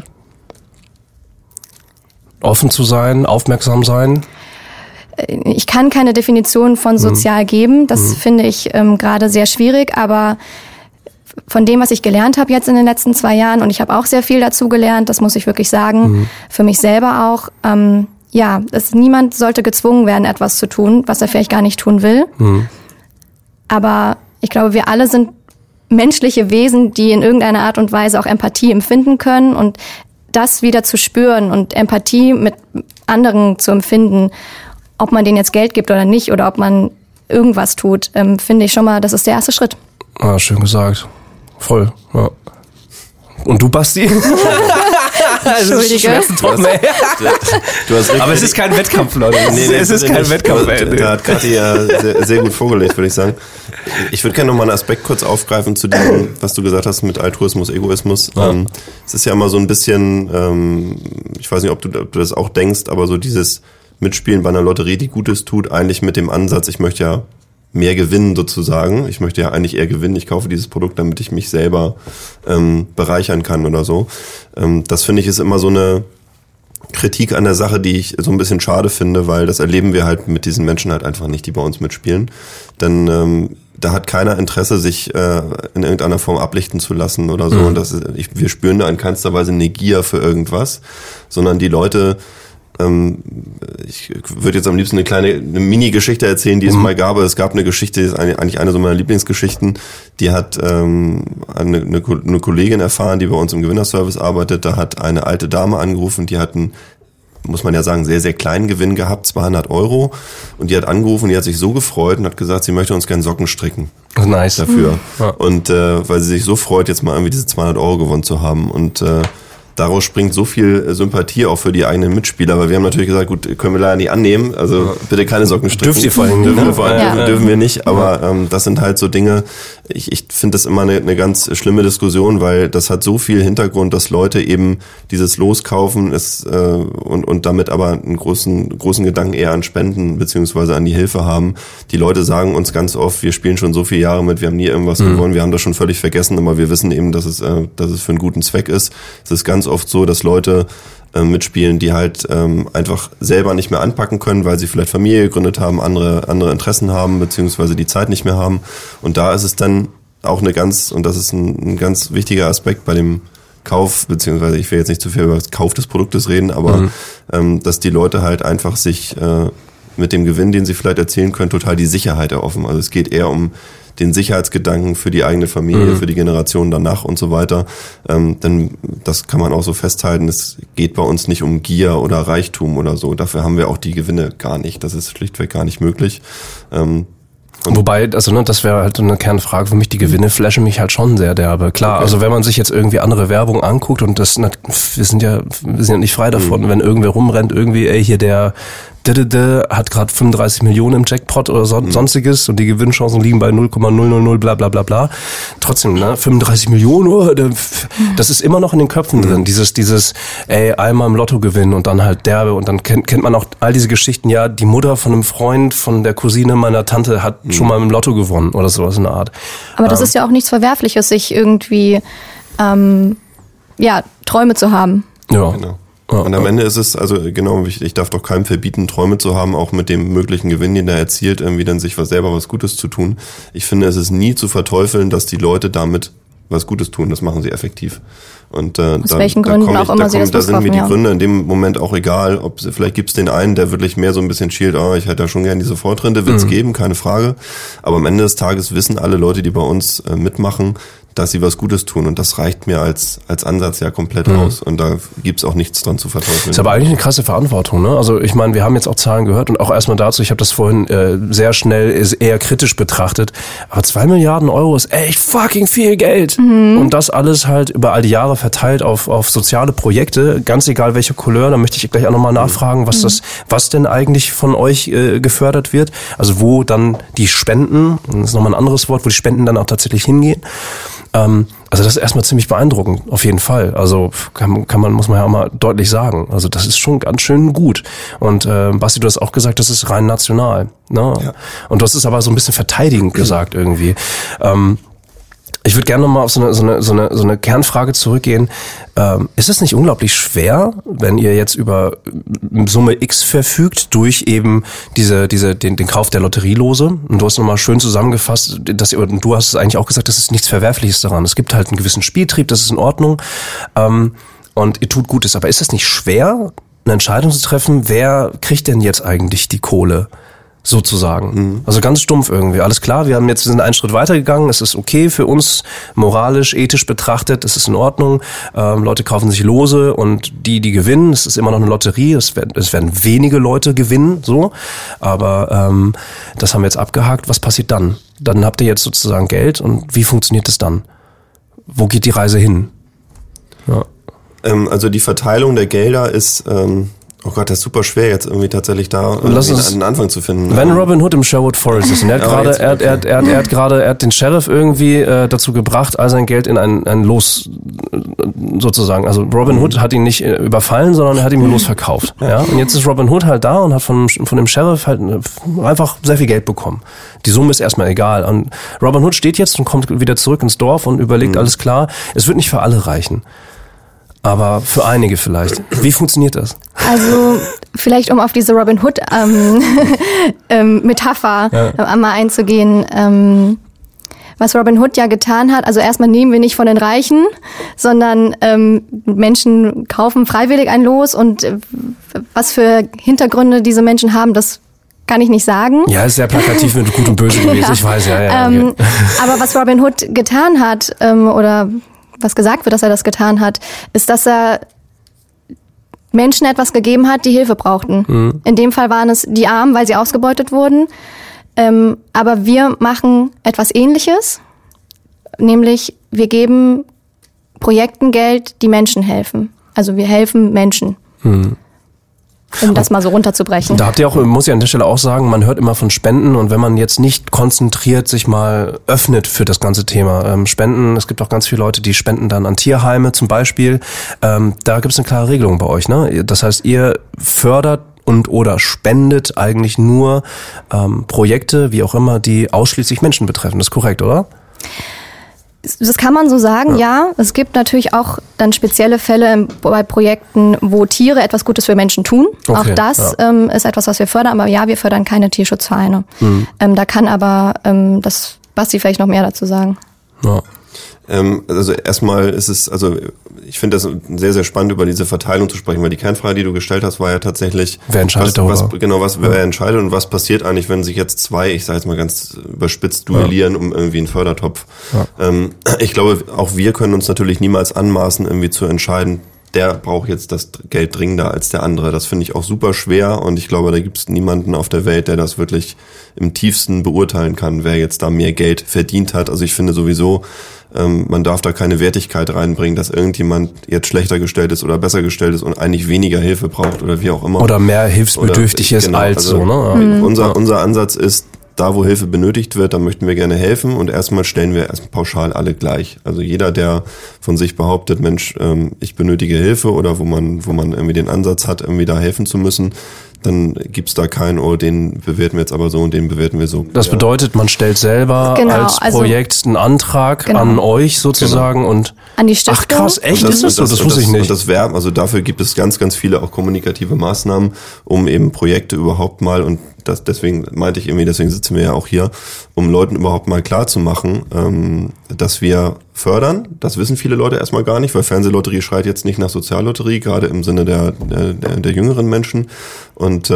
Offen zu sein, aufmerksam sein? Ich kann keine Definition von sozial mhm. geben. Das mhm. finde ich ähm, gerade sehr schwierig. Aber von dem, was ich gelernt habe jetzt in den letzten zwei Jahren, und ich habe auch sehr viel dazu gelernt, das muss ich wirklich sagen, mhm. für mich selber auch, ähm, ja, es, niemand sollte gezwungen werden, etwas zu tun, was er vielleicht gar nicht tun will. Mhm. Aber ich glaube, wir alle sind menschliche Wesen, die in irgendeiner Art und Weise auch Empathie empfinden können, und das wieder zu spüren und Empathie mit anderen zu empfinden, ob man denen jetzt Geld gibt oder nicht oder ob man irgendwas tut, ähm, finde ich schon mal, das ist der erste Schritt. Ah, schön gesagt. Voll, ja. Und du, Basti? Entschuldige. Du hast Aber es ist kein Wettkampf, Leute. Nee, nee, es ist kein nicht. Wettkampf. Da, da hat Kathi ja sehr, sehr gut vorgelegt, würde ich sagen. Ich würde gerne noch mal einen Aspekt kurz aufgreifen zu dem, was du gesagt hast mit Altruismus, Egoismus. Ja. Ähm, es ist ja immer so ein bisschen, ähm, ich weiß nicht, ob du, ob du das auch denkst, aber so dieses Mitspielen bei einer Lotterie, die Gutes tut, eigentlich mit dem Ansatz, ich möchte ja mehr gewinnen sozusagen. Ich möchte ja eigentlich eher gewinnen. Ich kaufe dieses Produkt, damit ich mich selber ähm, bereichern kann oder so. Ähm, das finde ich ist immer so eine Kritik an der Sache, die ich so ein bisschen schade finde, weil das erleben wir halt mit diesen Menschen halt einfach nicht, die bei uns mitspielen. Denn ähm, da hat keiner Interesse, sich äh, in irgendeiner Form ablichten zu lassen oder so. Mhm. Und das ist, ich, wir spüren da in keinster Weise eine Gier für irgendwas, sondern die Leute, ich würde jetzt am liebsten eine kleine eine Mini-Geschichte erzählen, die es mhm. mal gab. Es gab eine Geschichte, die ist eigentlich eine so meiner Lieblingsgeschichten. Die hat ähm, eine, eine, eine Kollegin erfahren, die bei uns im Gewinnerservice arbeitet. Da hat eine alte Dame angerufen, die hat einen, muss man ja sagen, sehr, sehr kleinen Gewinn gehabt, zweihundert Euro. Und die hat angerufen, die hat sich so gefreut und hat gesagt, sie möchte uns gerne Socken stricken. Nice. Dafür. Mhm. Ja. Und äh, weil sie sich so freut, jetzt mal irgendwie diese zweihundert Euro gewonnen zu haben. Und äh, daraus springt so viel Sympathie auch für die eigenen Mitspieler, weil wir haben natürlich gesagt, gut, können wir leider nicht annehmen, also ja. bitte keine Socken stricken. Dürft ihr vor allem, dürfen, ne? wir, vor allem ja. dürfen, dürfen wir nicht, aber ähm, das sind halt so Dinge, ich, ich finde das immer eine, eine ganz schlimme Diskussion, weil das hat so viel Hintergrund, dass Leute eben dieses Loskaufen ist, äh, und, und damit aber einen großen, großen Gedanken eher an Spenden beziehungsweise an die Hilfe haben. Die Leute sagen uns ganz oft, wir spielen schon so viele Jahre mit, wir haben nie irgendwas mhm. gewonnen, wir haben das schon völlig vergessen, aber wir wissen eben, dass es, äh, dass es für einen guten Zweck ist. Es ist ganz oft so, dass Leute äh, mitspielen, die halt ähm, einfach selber nicht mehr anpacken können, weil sie vielleicht Familie gegründet haben, andere andere Interessen haben, beziehungsweise die Zeit nicht mehr haben. Und da ist es dann auch eine ganz, und das ist ein, ein ganz wichtiger Aspekt bei dem Kauf, beziehungsweise ich will jetzt nicht zu viel über das Kauf des Produktes reden, aber mhm. ähm, dass die Leute halt einfach sich äh, mit dem Gewinn, den sie vielleicht erzielen können, total die Sicherheit erhoffen. Also es geht eher um den Sicherheitsgedanken für die eigene Familie, mhm. für die Generation danach und so weiter. Ähm, denn das kann man auch so festhalten, es geht bei uns nicht um Gier oder Reichtum oder so. Dafür haben wir auch die Gewinne gar nicht. Das ist schlichtweg gar nicht möglich. Ähm, Und Wobei, also ne, das wäre halt eine Kernfrage für mich, die Gewinne flashen mich halt schon sehr derbe. Klar, okay. Also wenn man sich jetzt irgendwie andere Werbung anguckt und das, wir sind ja, wir sind ja nicht frei davon, mhm. wenn irgendwer rumrennt, irgendwie, ey, hier der hat gerade fünfunddreißig Millionen im Jackpot oder so, mhm. sonstiges und die Gewinnchancen liegen bei null Komma null null null bla bla bla bla. Trotzdem, ne, fünfunddreißig Millionen, oh, das ist immer noch in den Köpfen mhm. drin, dieses, dieses, ey, einmal im Lotto gewinnen und dann halt derbe und dann kennt, kennt man auch all diese Geschichten, ja, die Mutter von einem Freund, von der Cousine meiner Tante hat mhm. schon mal im Lotto gewonnen oder sowas in der Art. Aber das ähm, ist ja auch nichts Verwerfliches, sich irgendwie, ähm, ja, Träume zu haben. Ja, genau. Und am Ende ist es, also genau, ich, ich darf doch keinem verbieten, Träume zu haben, auch mit dem möglichen Gewinn, den er erzielt, irgendwie dann sich was selber was Gutes zu tun. Ich finde, es ist nie zu verteufeln, dass die Leute damit was Gutes tun. Das machen sie effektiv. Und äh, aus da, welchen da Gründen ich, auch immer da sie das Da sind mir die ja. Gründe in dem Moment auch egal. Ob sie, vielleicht gibt's den einen, der wirklich mehr so ein bisschen schielt, oh, ich hätte ja schon gern die Sofortrente, wird's mhm. geben, keine Frage. Aber am Ende des Tages wissen alle Leute, die bei uns äh, mitmachen, dass sie was Gutes tun. Und das reicht mir als als Ansatz ja komplett mhm. aus. Und da gibt's auch nichts dran zu verteufeln. Ist aber eigentlich eine krasse Verantwortung, ne? Also ich meine, wir haben jetzt auch Zahlen gehört und auch erstmal dazu, ich habe das vorhin äh, sehr schnell ist eher kritisch betrachtet, aber zwei Milliarden Euro ist echt fucking viel Geld. Mhm. Und das alles halt über all die Jahre verteilt auf auf soziale Projekte, ganz egal welche Couleur. Da möchte ich gleich auch nochmal nachfragen, was mhm. das, was denn eigentlich von euch äh, gefördert wird. Also wo dann die Spenden, das ist nochmal ein anderes Wort, wo die Spenden dann auch tatsächlich hingehen. Ähm, also das ist erstmal ziemlich beeindruckend, auf jeden Fall. Also kann, kann man, muss man ja auch mal deutlich sagen. Also das ist schon ganz schön gut. Und äh, Basti, du hast auch gesagt, das ist rein national. Ne? Ja. Und du hast es aber so ein bisschen verteidigend gesagt irgendwie. Ähm, Ich würde gerne nochmal auf so eine, so eine, so eine, so eine Kernfrage zurückgehen. Ähm, ist es nicht unglaublich schwer, wenn ihr jetzt über Summe X verfügt durch eben diese, diese, den, den Kauf der Lotterielose? Und du hast nochmal schön zusammengefasst, dass ihr, und du hast es eigentlich auch gesagt, das ist nichts Verwerfliches daran. Es gibt halt einen gewissen Spieltrieb, das ist in Ordnung. Ähm, und ihr tut Gutes. Aber ist es nicht schwer, eine Entscheidung zu treffen, wer kriegt denn jetzt eigentlich die Kohle? Sozusagen. Mhm. Also ganz stumpf irgendwie. Alles klar, wir haben jetzt, wir sind einen Schritt weitergegangen. Es ist okay für uns, moralisch, ethisch betrachtet. Es ist in Ordnung. Ähm, Leute kaufen sich Lose und die, die gewinnen, es ist immer noch eine Lotterie. Es werden, es werden wenige Leute gewinnen, so. Aber ähm, das haben wir jetzt abgehakt. Was passiert dann? Dann habt ihr jetzt sozusagen Geld und wie funktioniert das dann? Wo geht die Reise hin? Ja. Ähm, also die Verteilung der Gelder ist... Ähm Oh Gott, das ist super schwer jetzt irgendwie tatsächlich da irgendwie einen Anfang zu finden. Wenn Robin Hood im Sherwood Forest ist und er hat gerade, er, er, er, er hat gerade, er hat den Sheriff irgendwie äh, dazu gebracht, all sein Geld in ein, ein Los sozusagen. Also Robin Hood hat ihn nicht äh, überfallen, sondern er hat ihm ein Los verkauft. Ja, und jetzt ist Robin Hood halt da und hat von von dem Sheriff halt einfach sehr viel Geld bekommen. Die Summe ist erstmal egal. Und Robin Hood steht jetzt und kommt wieder zurück ins Dorf und überlegt, mhm. alles klar, es wird nicht für alle reichen. Aber für einige vielleicht. Wie funktioniert das? Also vielleicht um auf diese Robin Hood ähm, ähm, Metapher ja. äh, einmal einzugehen. Ähm, was Robin Hood ja getan hat, also erstmal nehmen wir nicht von den Reichen, sondern ähm, Menschen kaufen freiwillig ein Los und äh, was für Hintergründe diese Menschen haben, das kann ich nicht sagen. Ja, ist sehr plakativ mit Gut und Böse gewesen, ja. Ich weiß, ja. ja ähm, okay. Aber was Robin Hood getan hat, ähm, oder was gesagt wird, dass er das getan hat, ist, dass er Menschen etwas gegeben hat, die Hilfe brauchten. Mhm. In dem Fall waren es die Armen, weil sie ausgebeutet wurden. Ähm, aber wir machen etwas Ähnliches, nämlich wir geben Projekten Geld, die Menschen helfen. Also wir helfen Menschen. Mhm. Um das mal so runterzubrechen. Da habt ihr auch, muss ich an der Stelle auch sagen, man hört immer von Spenden und wenn man jetzt nicht konzentriert sich mal öffnet für das ganze Thema. Ähm, Spenden, es gibt auch ganz viele Leute, die spenden dann an Tierheime zum Beispiel. Ähm, da gibt es eine klare Regelung bei euch, ne? Das heißt, ihr fördert und oder spendet eigentlich nur ähm, Projekte, wie auch immer, die ausschließlich Menschen betreffen. Das ist korrekt, oder? Das kann man so sagen, ja. ja. Es gibt natürlich auch dann spezielle Fälle bei Projekten, wo Tiere etwas Gutes für Menschen tun. Okay, auch das ja. ähm, ist etwas, was wir fördern. Aber ja, wir fördern keine Tierschutzvereine. Mhm. Ähm, da kann aber ähm, das Basti vielleicht noch mehr dazu sagen. Ja. Ähm, also erstmal ist es, also ich finde das sehr, sehr spannend, über diese Verteilung zu sprechen, weil die Kernfrage, die du gestellt hast, war ja tatsächlich, wer entscheidet was, was, genau, was, wer ja. entscheidet und was passiert eigentlich, wenn sich jetzt zwei, ich sage jetzt mal ganz überspitzt, duellieren ja. um irgendwie einen Fördertopf. Ja. Ähm, ich glaube, auch wir können uns natürlich niemals anmaßen, irgendwie zu entscheiden, der braucht jetzt das Geld dringender als der andere. Das finde ich auch super schwer und ich glaube, da gibt es niemanden auf der Welt, der das wirklich im tiefsten beurteilen kann, wer jetzt da mehr Geld verdient hat. Also ich finde sowieso, ähm, man darf da keine Wertigkeit reinbringen, dass irgendjemand jetzt schlechter gestellt ist oder besser gestellt ist und eigentlich weniger Hilfe braucht oder wie auch immer. Oder mehr hilfsbedürftig oder, ist genau, als also so, ne? Ja. Mhm. Unser, unser Ansatz ist, da wo Hilfe benötigt wird, da möchten wir gerne helfen und erstmal stellen wir erstmal pauschal alle gleich. Also jeder, der von sich behauptet, Mensch, ähm, ich benötige Hilfe oder wo man wo man irgendwie den Ansatz hat, irgendwie da helfen zu müssen, dann gibt's da keinen, oh, den bewerten wir jetzt aber so und den bewerten wir so. Das bedeutet, man stellt selber genau, als Projekt also, einen Antrag genau. an euch sozusagen genau. und an die Stiftung. Ach krass, echt? Das, ist das so? Das, das wusste ich nicht. Und das Werben, also dafür gibt es ganz, ganz viele auch kommunikative Maßnahmen, um eben Projekte überhaupt mal, und das, deswegen meinte ich irgendwie, deswegen sitzen wir ja auch hier, um Leuten überhaupt mal klar zu machen, ähm, dass wir fördern. Das wissen viele Leute erstmal gar nicht, weil Fernsehlotterie schreit jetzt nicht nach Soziallotterie, gerade im Sinne der, der, der, der jüngeren Menschen. Und ähm,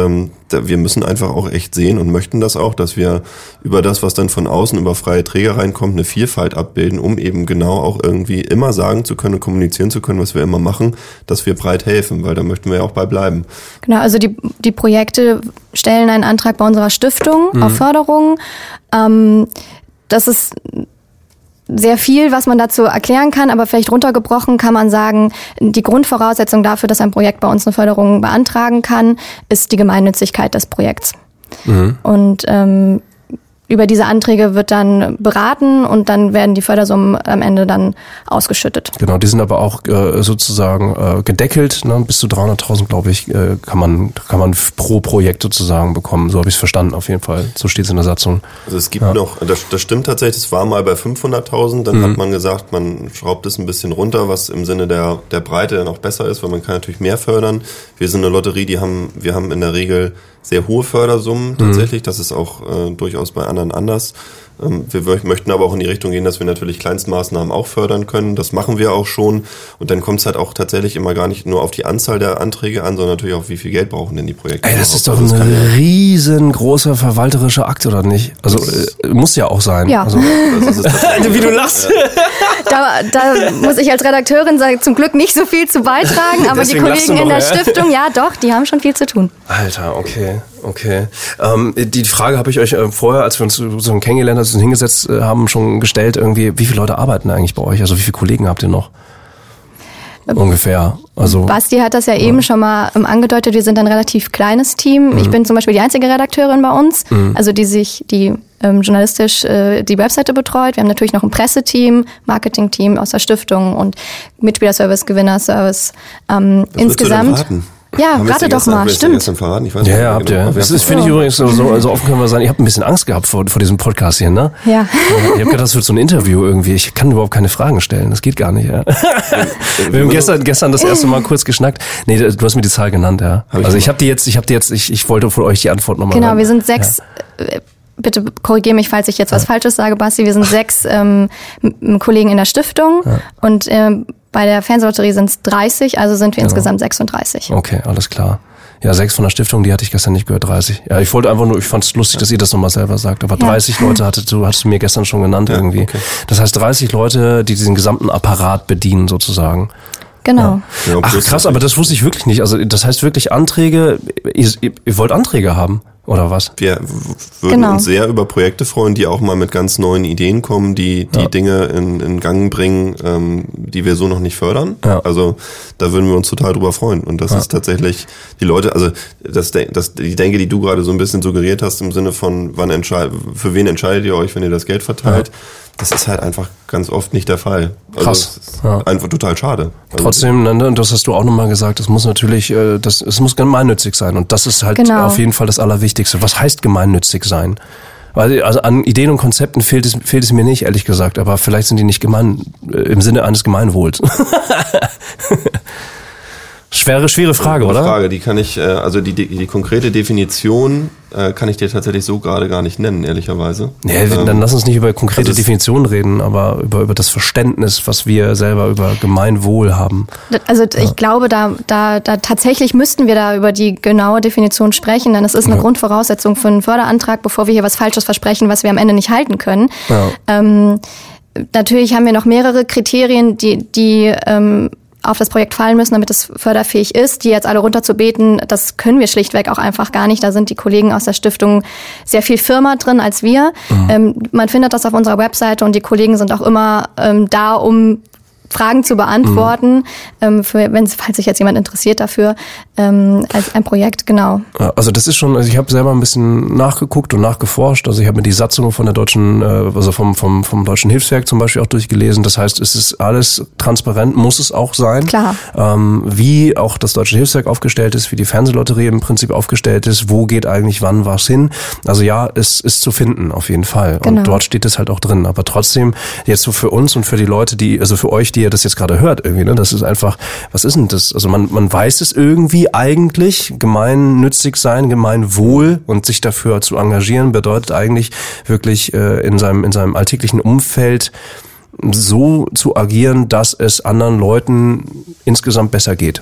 wir müssen einfach auch echt sehen und möchten das auch, dass wir über das, was dann von außen über freie Träger reinkommt, eine Vielfalt abbilden, um eben genau auch irgendwie immer sagen zu können, kommunizieren zu können, was wir immer machen, dass wir breit helfen, weil da möchten wir ja auch bei bleiben. Genau, also die, die Projekte stellen einen Antrag bei unserer Stiftung mhm. auf Förderung. Ähm, das ist sehr viel, was man dazu erklären kann, aber vielleicht runtergebrochen kann man sagen, die Grundvoraussetzung dafür, dass ein Projekt bei uns eine Förderung beantragen kann, ist die Gemeinnützigkeit des Projekts. Mhm. Und ähm, über diese Anträge wird dann beraten und dann werden die Fördersummen am Ende dann ausgeschüttet. Genau, die sind aber auch äh, sozusagen äh, gedeckelt, ne? Bis zu dreihunderttausend, glaube ich, äh, kann man kann man pro Projekt sozusagen bekommen. So habe ich es verstanden auf jeden Fall. So steht es in der Satzung. Also es gibt ja. noch, das, das stimmt tatsächlich, es war mal bei fünfhunderttausend, dann mhm. hat man gesagt, man schraubt es ein bisschen runter, was im Sinne der der Breite dann auch besser ist, weil man kann natürlich mehr fördern. Wir sind eine Lotterie, die haben wir haben in der Regel sehr hohe Fördersummen tatsächlich, mhm. das ist auch äh, durchaus bei anderen anders. Ähm, wir möchten aber auch in die Richtung gehen, dass wir natürlich Kleinstmaßnahmen auch fördern können. Das machen wir auch schon. Und dann kommt es halt auch tatsächlich immer gar nicht nur auf die Anzahl der Anträge an, sondern natürlich auch, wie viel Geld brauchen denn die Projekte. Ey, das ist doch ein riesengroßer verwalterischer Akt, oder nicht? Also äh, muss ja auch sein. Ja. Also, das ist es wie du lachst. Da, da muss ich als Redakteurin sagen, zum Glück nicht so viel zu beitragen, aber Deswegen die Kollegen noch, in der ja? Stiftung, ja doch, die haben schon viel zu tun. Alter, okay, okay. Ähm, die Frage habe ich euch äh, vorher, als wir uns so kennengelernt haben, hingesetzt äh, haben, schon gestellt, irgendwie, wie viele Leute arbeiten eigentlich bei euch? Also wie viele Kollegen habt ihr noch? Ungefähr. Also Basti hat das ja, ja eben schon mal ähm, angedeutet, wir sind ein relativ kleines Team. Mhm. Ich bin zum Beispiel die einzige Redakteurin bei uns, mhm. also die sich die ähm, journalistisch äh, die Webseite betreut. Wir haben natürlich noch ein Presseteam, Marketingteam aus der Stiftung und Mitspielerservice, Gewinnerservice. Ähm, insgesamt. Ja, rate doch mal, stimmt. Verraten? Ich weiß ja, nicht, ja, habt genau. ihr. Das ist, finde ich übrigens so, so also offen können wir sagen, ich habe ein bisschen Angst gehabt vor, vor diesem Podcast hier, ne? Ja. Ich habe gedacht, das wird so ein Interview irgendwie. Ich kann überhaupt keine Fragen stellen. Das geht gar nicht, ja. Wir haben gestern, gestern das erste Mal kurz geschnackt. Nee, du hast mir die Zahl genannt, ja. Hab also ich habe die jetzt, ich habe die jetzt, ich, ich wollte von euch die Antwort nochmal Genau, hören. Wir sind sechs, ja. Bitte korrigiere mich, falls ich jetzt was ja. Falsches sage, Basti. Wir sind sechs ähm, Kollegen in der Stiftung ja. und ähm, bei der Fernsehlotterie sind es dreißig, also sind wir genau. insgesamt sechsunddreißig. Okay, alles klar. Ja, sechs von der Stiftung, die hatte ich gestern nicht gehört, dreißig. Ja, ich wollte einfach nur, ich fand es lustig, dass ihr das nochmal selber sagt, aber ja. dreißig Leute hattet du, hast du mir gestern schon genannt ja, irgendwie. Okay. Das heißt dreißig Leute, die diesen gesamten Apparat bedienen sozusagen. Genau. Ja. Ach krass, aber das wusste ich wirklich nicht. Also das heißt wirklich Anträge, ihr, ihr wollt Anträge haben? Oder was? Wir würden genau. uns sehr über Projekte freuen, die auch mal mit ganz neuen Ideen kommen, die die ja. Dinge in, in Gang bringen, ähm, die wir so noch nicht fördern. Ja. Also da würden wir uns total drüber freuen. Und das ja. ist tatsächlich die Leute, also das, das die Denke, die du gerade so ein bisschen suggeriert hast im Sinne von, wann entscheid, für wen entscheidet ihr euch, wenn ihr das Geld verteilt? Ja. Das ist halt einfach ganz oft nicht der Fall. Also krass. Das ist ja. einfach total schade. Also trotzdem, ne, das hast du auch nochmal gesagt, es muss natürlich, das, es muss gemeinnützig sein. Und das ist halt genau. auf jeden Fall das Allerwichtigste. Was heißt gemeinnützig sein? Weil, also an Ideen und Konzepten fehlt es, fehlt es mir nicht, ehrlich gesagt. Aber vielleicht sind die nicht gemein, im Sinne eines Gemeinwohls. Schwere, schwere Frage, oder? Frage, die kann ich, also die, die, die konkrete Definition äh, kann ich dir tatsächlich so gerade gar nicht nennen, ehrlicherweise. Nee, ähm, dann lass uns nicht über konkrete also Definitionen reden, aber über, über das Verständnis, was wir selber über Gemeinwohl haben. Also ich ja. glaube, da, da, da tatsächlich müssten wir da über die genaue Definition sprechen, denn es ist eine ja. Grundvoraussetzung für einen Förderantrag, bevor wir hier was Falsches versprechen, was wir am Ende nicht halten können. Ja. Ähm, natürlich haben wir noch mehrere Kriterien, die, die ähm, auf das Projekt fallen müssen, damit es förderfähig ist. Die jetzt alle runterzubeten, das können wir schlichtweg auch einfach gar nicht. Da sind die Kollegen aus der Stiftung sehr viel firmer drin als wir. Mhm. Ähm, man findet das auf unserer Webseite und die Kollegen sind auch immer ähm, da, um Fragen zu beantworten, mhm. ähm, für, wenn falls sich jetzt jemand interessiert dafür, ähm, als ein Projekt, genau. Also das ist schon, also ich habe selber ein bisschen nachgeguckt und nachgeforscht, also ich habe mir die Satzung von der deutschen, äh, also vom, vom, vom Deutschen Hilfswerk zum Beispiel auch durchgelesen, das heißt, es ist alles transparent, muss es auch sein. Klar. Ähm, wie auch das Deutsche Hilfswerk aufgestellt ist, wie die Fernsehlotterie im Prinzip aufgestellt ist, wo geht eigentlich wann was hin, also ja, es ist zu finden, auf jeden Fall. Genau. Und dort steht es halt auch drin, aber trotzdem, jetzt so für uns und für die Leute, die, also für euch, die ihr das jetzt gerade hört irgendwie, ne? Das ist einfach, was ist denn das? Also man man weiß es irgendwie eigentlich, gemeinnützig sein, gemeinwohl und sich dafür zu engagieren bedeutet eigentlich wirklich äh, in seinem in seinem alltäglichen Umfeld so zu agieren, dass es anderen Leuten insgesamt besser geht.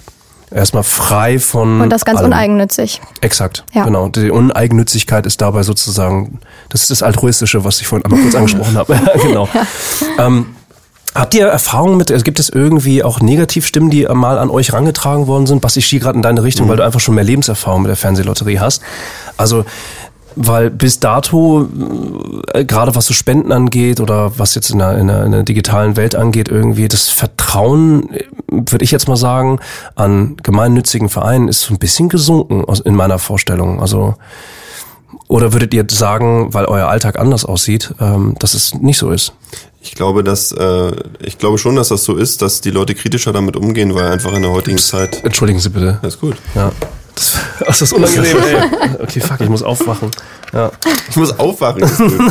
erstmal frei von Und das ganz allem. Uneigennützig. Exakt, ja. genau. Die Uneigennützigkeit ist dabei sozusagen, das ist das Altruistische, was ich vorhin einmal kurz angesprochen habe. Genau. Ja. Ähm, Habt ihr Erfahrungen mit, gibt es irgendwie auch Negativstimmen, die mal an euch herangetragen worden sind? Basti, ich schiehe gerade in deine Richtung, mhm. weil du einfach schon mehr Lebenserfahrung mit der Fernsehlotterie hast. Also, weil bis dato, äh, gerade was so Spenden angeht oder was jetzt in der, in der, in der digitalen Welt angeht, irgendwie das Vertrauen, würde ich jetzt mal sagen, an gemeinnützigen Vereinen ist so ein bisschen gesunken in meiner Vorstellung. Also, oder würdet ihr sagen, weil euer Alltag anders aussieht, ähm, dass es nicht so ist? Ich glaube, dass äh, ich glaube schon, dass das so ist, dass die Leute kritischer damit umgehen, weil einfach in der heutigen Zeit. Entschuldigen Sie bitte. Das ist gut. Ja. Das, das ist unangenehm, ey. Okay, fuck, ich muss aufwachen. Ja. Ich muss aufwachen. Das ist gut.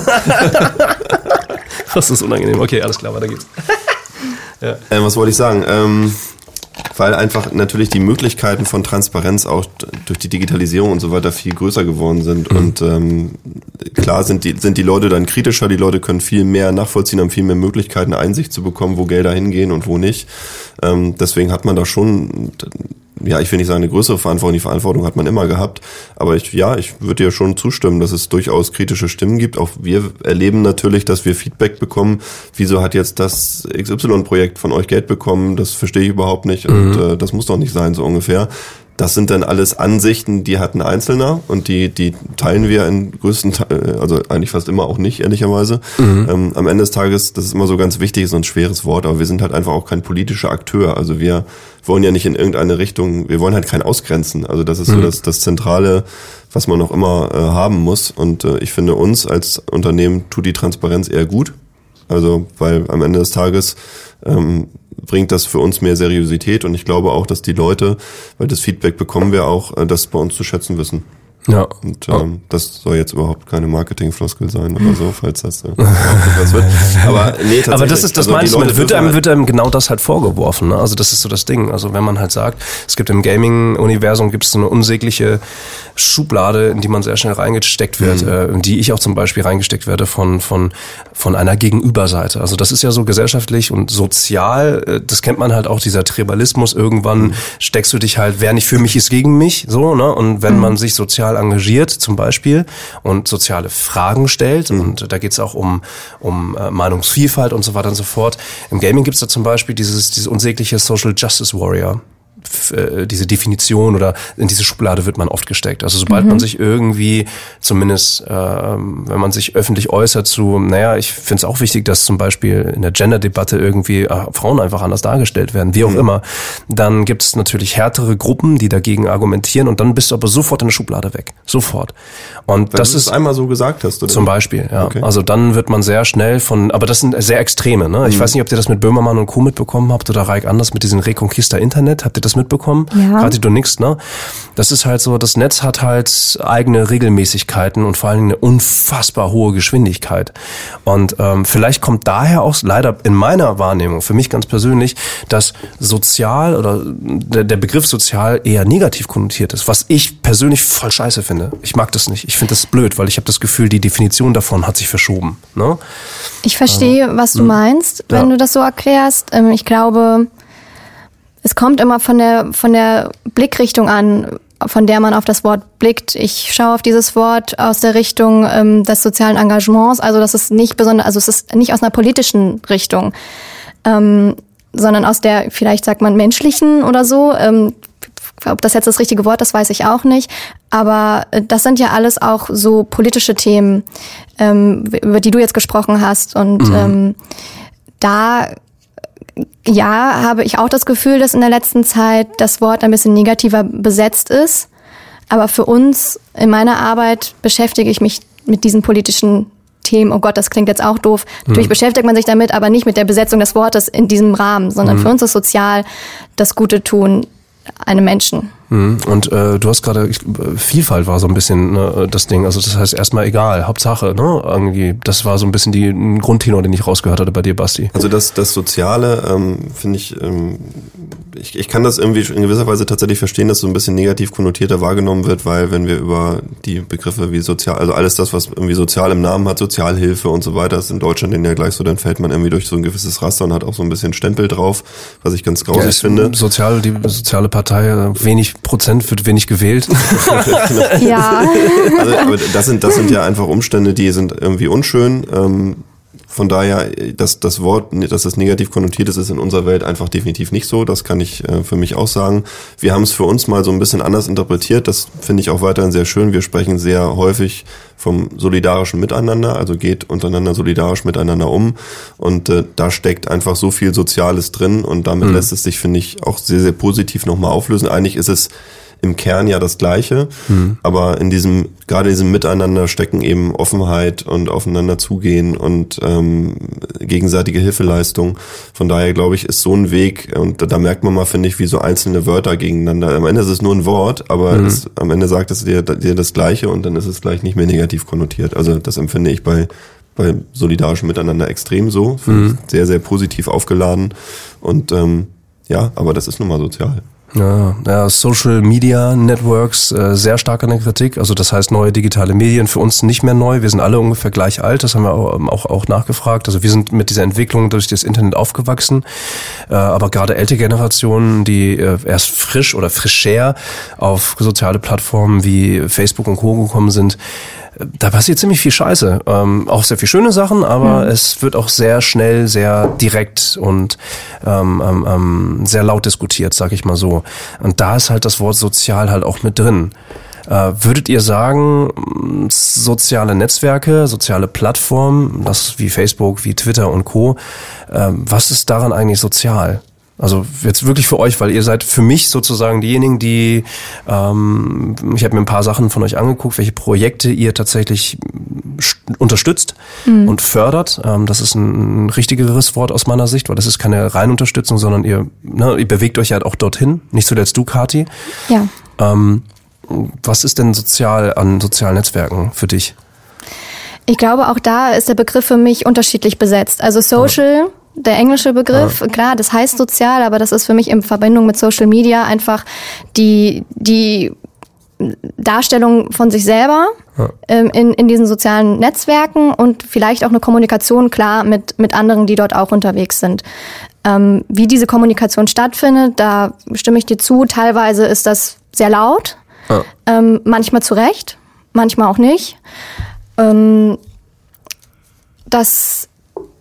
Das ist unangenehm. Okay, alles klar, weiter geht's. Ja. Äh, was wollte ich sagen? Ähm, weil einfach natürlich die Möglichkeiten von Transparenz auch durch die Digitalisierung und so weiter viel größer geworden sind. Mhm. Und ähm, klar sind die, sind die Leute dann kritischer, die Leute können viel mehr nachvollziehen, haben viel mehr Möglichkeiten, Einsicht zu bekommen, wo Gelder hingehen und wo nicht. Ähm, deswegen hat man da schon, ja, ich will nicht sagen eine größere Verantwortung, die Verantwortung hat man immer gehabt, aber ich, ja, ich würde dir schon zustimmen, dass es durchaus kritische Stimmen gibt. Auch wir erleben natürlich, dass wir Feedback bekommen. Wieso hat jetzt das X Y-Projekt von euch Geld bekommen? Das verstehe ich überhaupt nicht und mhm. äh, das muss doch nicht sein, so ungefähr. Das sind dann alles Ansichten, die hat ein Einzelner und die die teilen wir in größten Teil, also eigentlich fast immer auch nicht, ehrlicherweise. Mhm. Ähm, am Ende des Tages, das ist immer so ganz wichtig, ist so ein schweres Wort, aber wir sind halt einfach auch kein politischer Akteur. Also wir wollen ja nicht in irgendeine Richtung, wir wollen halt kein Ausgrenzen. Also das ist mhm. so das, das Zentrale, was man auch immer äh, haben muss. Und äh, ich finde, uns als Unternehmen tut die Transparenz eher gut. Also weil am Ende des Tages ähm, bringt das für uns mehr Seriosität und ich glaube auch, dass die Leute, weil das Feedback bekommen wir auch, das bei uns zu schätzen wissen. Ja. Und ähm, das soll jetzt überhaupt keine Marketingfloskel sein oder so, falls das äh, was wird. Aber nee, tatsächlich. Aber das ist, das also meinst du, wird einem, halt wird einem genau das halt vorgeworfen, ne? Also das ist so das Ding. Also wenn man halt sagt, es gibt im Gaming-Universum gibt es so eine unsägliche Schublade, in die man sehr schnell reingesteckt wird, mhm. äh, in die ich auch zum Beispiel reingesteckt werde von von von einer Gegenüberseite. Also das ist ja so gesellschaftlich und sozial, äh, das kennt man halt auch, dieser Tribalismus. Irgendwann mhm. steckst du dich halt, wer nicht für mich ist gegen mich, so, ne? Und wenn mhm. man sich sozial engagiert zum Beispiel und soziale Fragen stellt mhm. und da geht es auch um um äh, Meinungsvielfalt und so weiter und so fort. Im Gaming gibt es da zum Beispiel dieses dieses unsägliche Social Justice Warrior. Diese Definition oder in diese Schublade wird man oft gesteckt. Also sobald mhm. man sich irgendwie, zumindest äh, wenn man sich öffentlich äußert zu, naja, ich finde es auch wichtig, dass zum Beispiel in der Gender-Debatte irgendwie äh, Frauen einfach anders dargestellt werden, wie auch mhm. immer, dann gibt es natürlich härtere Gruppen, die dagegen argumentieren und dann bist du aber sofort in der Schublade weg. Sofort. Und Wenn das du ist es einmal so gesagt hast, oder? Zum Beispiel, ja. Okay. Also dann wird man sehr schnell von, aber das sind sehr Extreme, ne? Ich mhm. weiß nicht, ob ihr das mit Böhmermann und Co. mitbekommen habt oder Raik Anders mit diesem Reconquista Internet. Habt ihr das mitbekommen? Ja. Gerade du nix, ne? Das ist halt so, das Netz hat halt eigene Regelmäßigkeiten und vor allen Dingen eine unfassbar hohe Geschwindigkeit. Und ähm, vielleicht kommt daher auch leider in meiner Wahrnehmung, für mich ganz persönlich, dass sozial oder der, der Begriff sozial eher negativ konnotiert ist, was ich persönlich voll scheiße finde. Ich mag das nicht. Ich finde das blöd, weil ich habe das Gefühl, die Definition davon hat sich verschoben. Ne? Ich verstehe, was du meinst, wenn ja. du das so erklärst. Ich glaube, es kommt immer von der von der Blickrichtung an, von der man auf das Wort blickt. Ich schaue auf dieses Wort aus der Richtung ähm, des sozialen Engagements. Also das ist nicht besonders, also es ist nicht aus einer politischen Richtung, ähm, sondern aus der, vielleicht sagt man, menschlichen oder so. Ähm, ob das jetzt das richtige Wort ist, weiß ich auch nicht. Aber das sind ja alles auch so politische Themen, ähm, über die du jetzt gesprochen hast. Und mhm. ähm, da ja, habe ich auch das Gefühl, dass in der letzten Zeit das Wort ein bisschen negativer besetzt ist. Aber für uns, in meiner Arbeit, beschäftige ich mich mit diesen politischen Themen. Oh Gott, das klingt jetzt auch doof. Mhm. Natürlich beschäftigt man sich damit, aber nicht mit der Besetzung des Wortes in diesem Rahmen, sondern mhm. für uns ist sozial das Gute tun einem Menschen. Und äh, du hast gerade, Vielfalt war so ein bisschen ne, das Ding, also das heißt erstmal egal, Hauptsache, ne, irgendwie, das war so ein bisschen die ein Grundtenor, den ich rausgehört hatte bei dir, Basti. Also das das Soziale, ähm, finde ich, ähm, ich, ich kann das irgendwie in gewisser Weise tatsächlich verstehen, dass so ein bisschen negativ konnotierter wahrgenommen wird, weil wenn wir über die Begriffe wie sozial, also alles das, was irgendwie sozial im Namen hat, Sozialhilfe und so weiter, ist in Deutschland ja gleich so, dann fällt man irgendwie durch so ein gewisses Raster und hat auch so ein bisschen Stempel drauf, was ich ganz grausig ja, finde. Sozial, die soziale Partei, wenig Prozent wird wenig gewählt. Ja. Also, aber das sind, das sind ja einfach Umstände, die sind irgendwie unschön. Ähm, von daher, dass das Wort, dass das negativ konnotiert ist, ist in unserer Welt einfach definitiv nicht so. Das kann ich äh, für mich auch sagen. Wir haben es für uns mal so ein bisschen anders interpretiert. Das finde ich auch weiterhin sehr schön. Wir sprechen sehr häufig vom solidarischen Miteinander, also geht untereinander solidarisch miteinander um. Und äh, da steckt einfach so viel Soziales drin und damit mhm. lässt es sich, finde ich, auch sehr, sehr positiv nochmal auflösen. Eigentlich ist es im Kern ja das Gleiche, mhm. aber in diesem, gerade in diesem Miteinander stecken eben Offenheit und aufeinander zugehen und ähm, gegenseitige Hilfeleistung. Von daher glaube ich, ist so ein Weg, und da, da merkt man mal, finde ich, wie so einzelne Wörter gegeneinander. Am Ende ist es nur ein Wort, aber mhm. es, am Ende sagt es dir, dir das Gleiche und dann ist es gleich nicht mehr negativ konnotiert. Also das empfinde ich bei bei solidarischem Miteinander extrem so, mhm. sehr, sehr positiv aufgeladen und ähm, ja, aber das ist nun mal sozial. Ja, ja, Social Media Networks äh, sehr stark an der Kritik. Also das heißt, neue digitale Medien für uns nicht mehr neu. Wir sind alle ungefähr gleich alt. Das haben wir auch, auch, auch nachgefragt. Also wir sind mit dieser Entwicklung durch das Internet aufgewachsen. Äh, aber gerade ältere Generationen, die äh, erst frisch oder frischer auf soziale Plattformen wie Facebook und Co. gekommen sind, da passiert ziemlich viel Scheiße. Ähm, auch sehr viel schöne Sachen, aber mhm. es wird auch sehr schnell, sehr direkt und ähm, ähm, sehr laut diskutiert, sag ich mal so. Und da ist halt das Wort sozial halt auch mit drin. Äh, würdet ihr sagen, soziale Netzwerke, soziale Plattformen, das wie Facebook, wie Twitter und Co., äh, was ist daran eigentlich sozial? Also jetzt wirklich für euch, weil ihr seid für mich sozusagen diejenigen, die, ähm, ich habe mir ein paar Sachen von euch angeguckt, welche Projekte ihr tatsächlich unterstützt mhm. und fördert. Ähm, das ist ein, ein richtigeres Wort aus meiner Sicht, weil das ist keine reine Unterstützung, sondern ihr, ne, ihr bewegt euch halt auch dorthin, nicht zuletzt du, Kathi. Ja. Ähm, was ist denn sozial an sozialen Netzwerken für dich? Ich glaube, auch da ist der Begriff für mich unterschiedlich besetzt. Also Social... Ja. Der englische Begriff, ja. Klar, das heißt sozial, aber das ist für mich in Verbindung mit Social Media einfach die die Darstellung von sich selber ja. ähm, in in diesen sozialen Netzwerken und vielleicht auch eine Kommunikation, klar, mit mit anderen, die dort auch unterwegs sind. Ähm, wie diese Kommunikation stattfindet, da stimme ich dir zu. Teilweise ist das sehr laut, ja. ähm, manchmal zu Recht, manchmal auch nicht. Ähm, das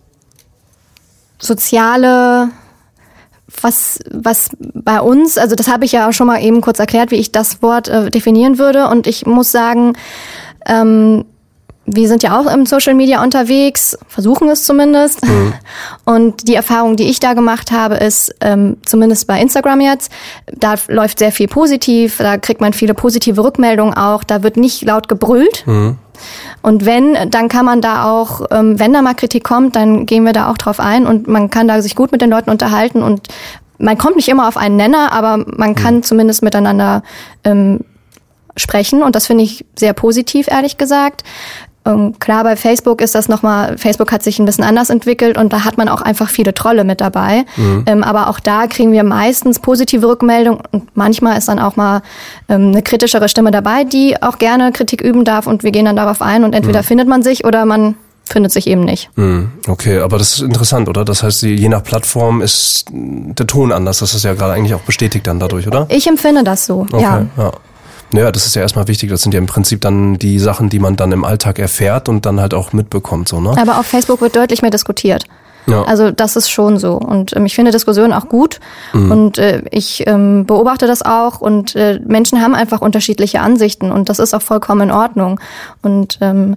Soziale, was was bei uns, also das habe ich ja auch schon mal eben kurz erklärt, wie ich das Wort äh, definieren würde. Und ich muss sagen, ähm, wir sind ja auch im Social Media unterwegs, versuchen es zumindest. Mhm. Und die Erfahrung, die ich da gemacht habe, ist, ähm, zumindest bei Instagram jetzt, da läuft sehr viel positiv, da kriegt man viele positive Rückmeldungen auch, da wird nicht laut gebrüllt. Mhm. Und wenn, dann kann man da auch, ähm, wenn da mal Kritik kommt, dann gehen wir da auch drauf ein und man kann da sich gut mit den Leuten unterhalten und man kommt nicht immer auf einen Nenner, aber man kann mhm. zumindest miteinander ähm, sprechen und das finde ich sehr positiv, ehrlich gesagt. Ähm, klar, bei Facebook ist das nochmal, Facebook hat sich ein bisschen anders entwickelt und da hat man auch einfach viele Trolle mit dabei. Mhm. Ähm, aber auch da kriegen wir meistens positive Rückmeldungen und manchmal ist dann auch mal ähm, eine kritischere Stimme dabei, die auch gerne Kritik üben darf und wir gehen dann darauf ein und entweder mhm. findet man sich oder man findet sich eben nicht. Okay, aber das ist interessant, oder? Das heißt, je nach Plattform ist der Ton anders. Das ist ja gerade eigentlich auch bestätigt dann dadurch, oder? Ich empfinde das so, okay, ja. ja. Naja, das ist ja erstmal wichtig. Das sind ja im Prinzip dann die Sachen, die man dann im Alltag erfährt und dann halt auch mitbekommt, so, ne? Aber auf Facebook wird deutlich mehr diskutiert. Ja. Also das ist schon so. Und ähm, ich finde Diskussionen auch gut. Mhm. Und äh, ich ähm, beobachte das auch. Und äh, Menschen haben einfach unterschiedliche Ansichten. Und das ist auch vollkommen in Ordnung. Und ähm,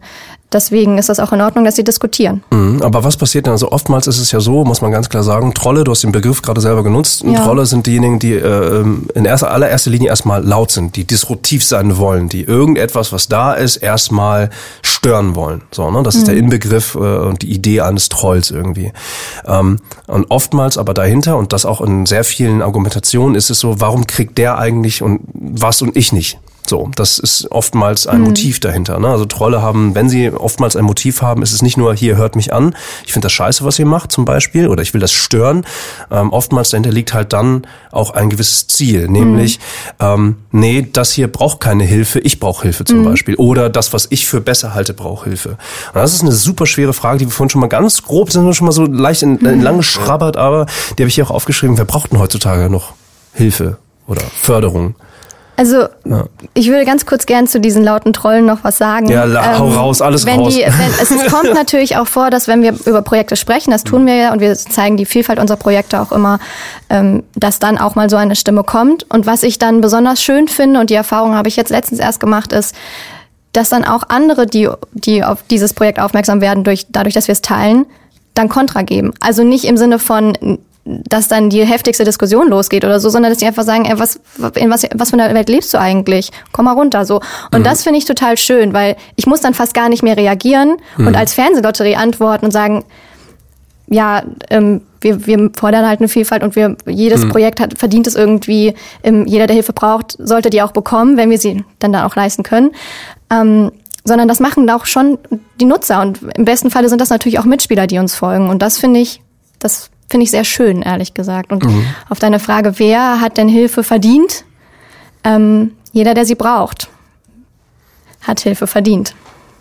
deswegen ist das auch in Ordnung, dass sie diskutieren. Mhm, aber was passiert denn? Also oftmals ist es ja so, muss man ganz klar sagen, Trolle, du hast den Begriff gerade selber genutzt, ja. Trolle sind diejenigen, die äh, in erster, allererster Linie erstmal laut sind, die disruptiv sein wollen, die irgendetwas, was da ist, erstmal stören wollen. So, ne? Das mhm. ist der Inbegriff äh, und die Idee eines Trolls irgendwie. Ähm, und oftmals aber dahinter, und das auch in sehr vielen Argumentationen, ist es so, warum kriegt der eigentlich und was und ich nicht? So, das ist oftmals ein mhm. Motiv dahinter. Ne? Also Trolle haben, wenn sie oftmals ein Motiv haben, ist es nicht nur, hier, hört mich an, ich finde das scheiße, was ihr macht zum Beispiel, oder ich will das stören. Ähm, oftmals dahinter liegt halt dann auch ein gewisses Ziel, nämlich, mhm. ähm, nee, das hier braucht keine Hilfe, ich brauche Hilfe zum mhm. Beispiel. Oder das, was ich für besser halte, braucht Hilfe. Und das ist eine super schwere Frage, die wir vorhin schon mal ganz grob, sind wir schon mal so leicht in, in lang geschrabbert, aber die habe ich hier auch aufgeschrieben, wer braucht denn heutzutage noch Hilfe oder Förderung? Also, ja. ich würde ganz kurz gern zu diesen lauten Trollen noch was sagen. Ja, la, hau ähm, raus, alles wenn raus. Die, wenn, es, es kommt natürlich auch vor, dass wenn wir über Projekte sprechen, das tun wir ja und wir zeigen die Vielfalt unserer Projekte auch immer, ähm, dass dann auch mal so eine Stimme kommt. Und was ich dann besonders schön finde, und die Erfahrung habe ich jetzt letztens erst gemacht, ist, dass dann auch andere, die, die auf dieses Projekt aufmerksam werden, durch, dadurch, dass wir es teilen, dann Kontra geben. Also nicht im Sinne von, dass dann die heftigste Diskussion losgeht oder so, sondern dass die einfach sagen, ey, was, in was, was für einer Welt lebst du eigentlich? Komm mal runter, so. Und mhm. das finde ich total schön, weil ich muss dann fast gar nicht mehr reagieren mhm. und als Fernsehlotterie antworten und sagen, ja, ähm, wir, wir fordern halt eine Vielfalt und wir, jedes mhm. Projekt hat, verdient es irgendwie, ähm, jeder, der Hilfe braucht, sollte die auch bekommen, wenn wir sie dann, dann auch leisten können. Ähm, sondern das machen auch schon die Nutzer und im besten Falle sind das natürlich auch Mitspieler, die uns folgen und das finde ich, das Finde ich sehr schön, ehrlich gesagt. Und mhm. auf deine Frage, wer hat denn Hilfe verdient? Ähm, jeder, der sie braucht, hat Hilfe verdient.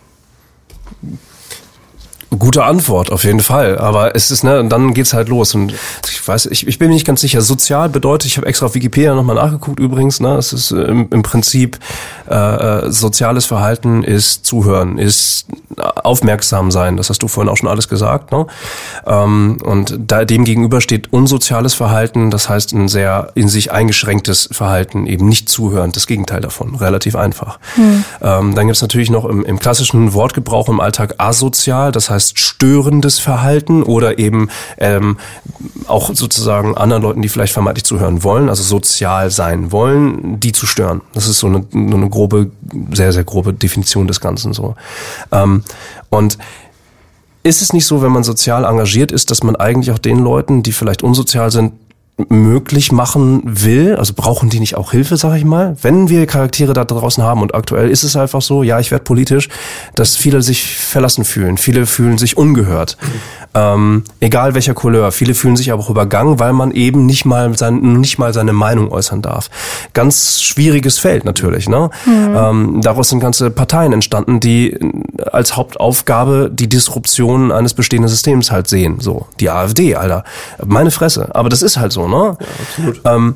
Gute Antwort, auf jeden Fall. Aber es ist, ne, dann geht's halt los. Und ich weiß, ich, ich bin mir nicht ganz sicher. Sozial bedeutet, ich habe extra auf Wikipedia nochmal nachgeguckt übrigens, ne, es ist im, im Prinzip äh, soziales Verhalten ist Zuhören, ist aufmerksam sein. Das hast du vorhin auch schon alles gesagt, ne? Ähm, und da dem gegenüber steht unsoziales Verhalten, das heißt ein sehr in sich eingeschränktes Verhalten, eben nicht zuhören, das Gegenteil davon, relativ einfach. Hm. Ähm, dann gibt's natürlich noch im, im klassischen Wortgebrauch im Alltag asozial, das heißt störendes Verhalten oder eben ähm, auch sozusagen anderen Leuten, die vielleicht vermeintlich zuhören wollen, also sozial sein wollen, die zu stören. Das ist so eine, eine grobe, sehr, sehr grobe Definition des Ganzen so. Ähm, und ist es nicht so, wenn man sozial engagiert ist, dass man eigentlich auch den Leuten, die vielleicht unsozial sind, möglich machen will, also brauchen die nicht auch Hilfe, sag ich mal, wenn wir Charaktere da draußen haben und aktuell ist es einfach so, ja, ich werde politisch, dass viele sich verlassen fühlen, viele fühlen sich ungehört, mhm. ähm, egal welcher Couleur, viele fühlen sich aber auch übergangen, weil man eben nicht mal sein, nicht mal seine Meinung äußern darf. Ganz schwieriges Feld natürlich, ne? Mhm. Ähm, daraus sind ganze Parteien entstanden, die als Hauptaufgabe die Disruption eines bestehenden Systems halt sehen, so, die AfD, Alter, meine Fresse, aber das ist halt so. Ne? Ja, absolut. Ähm,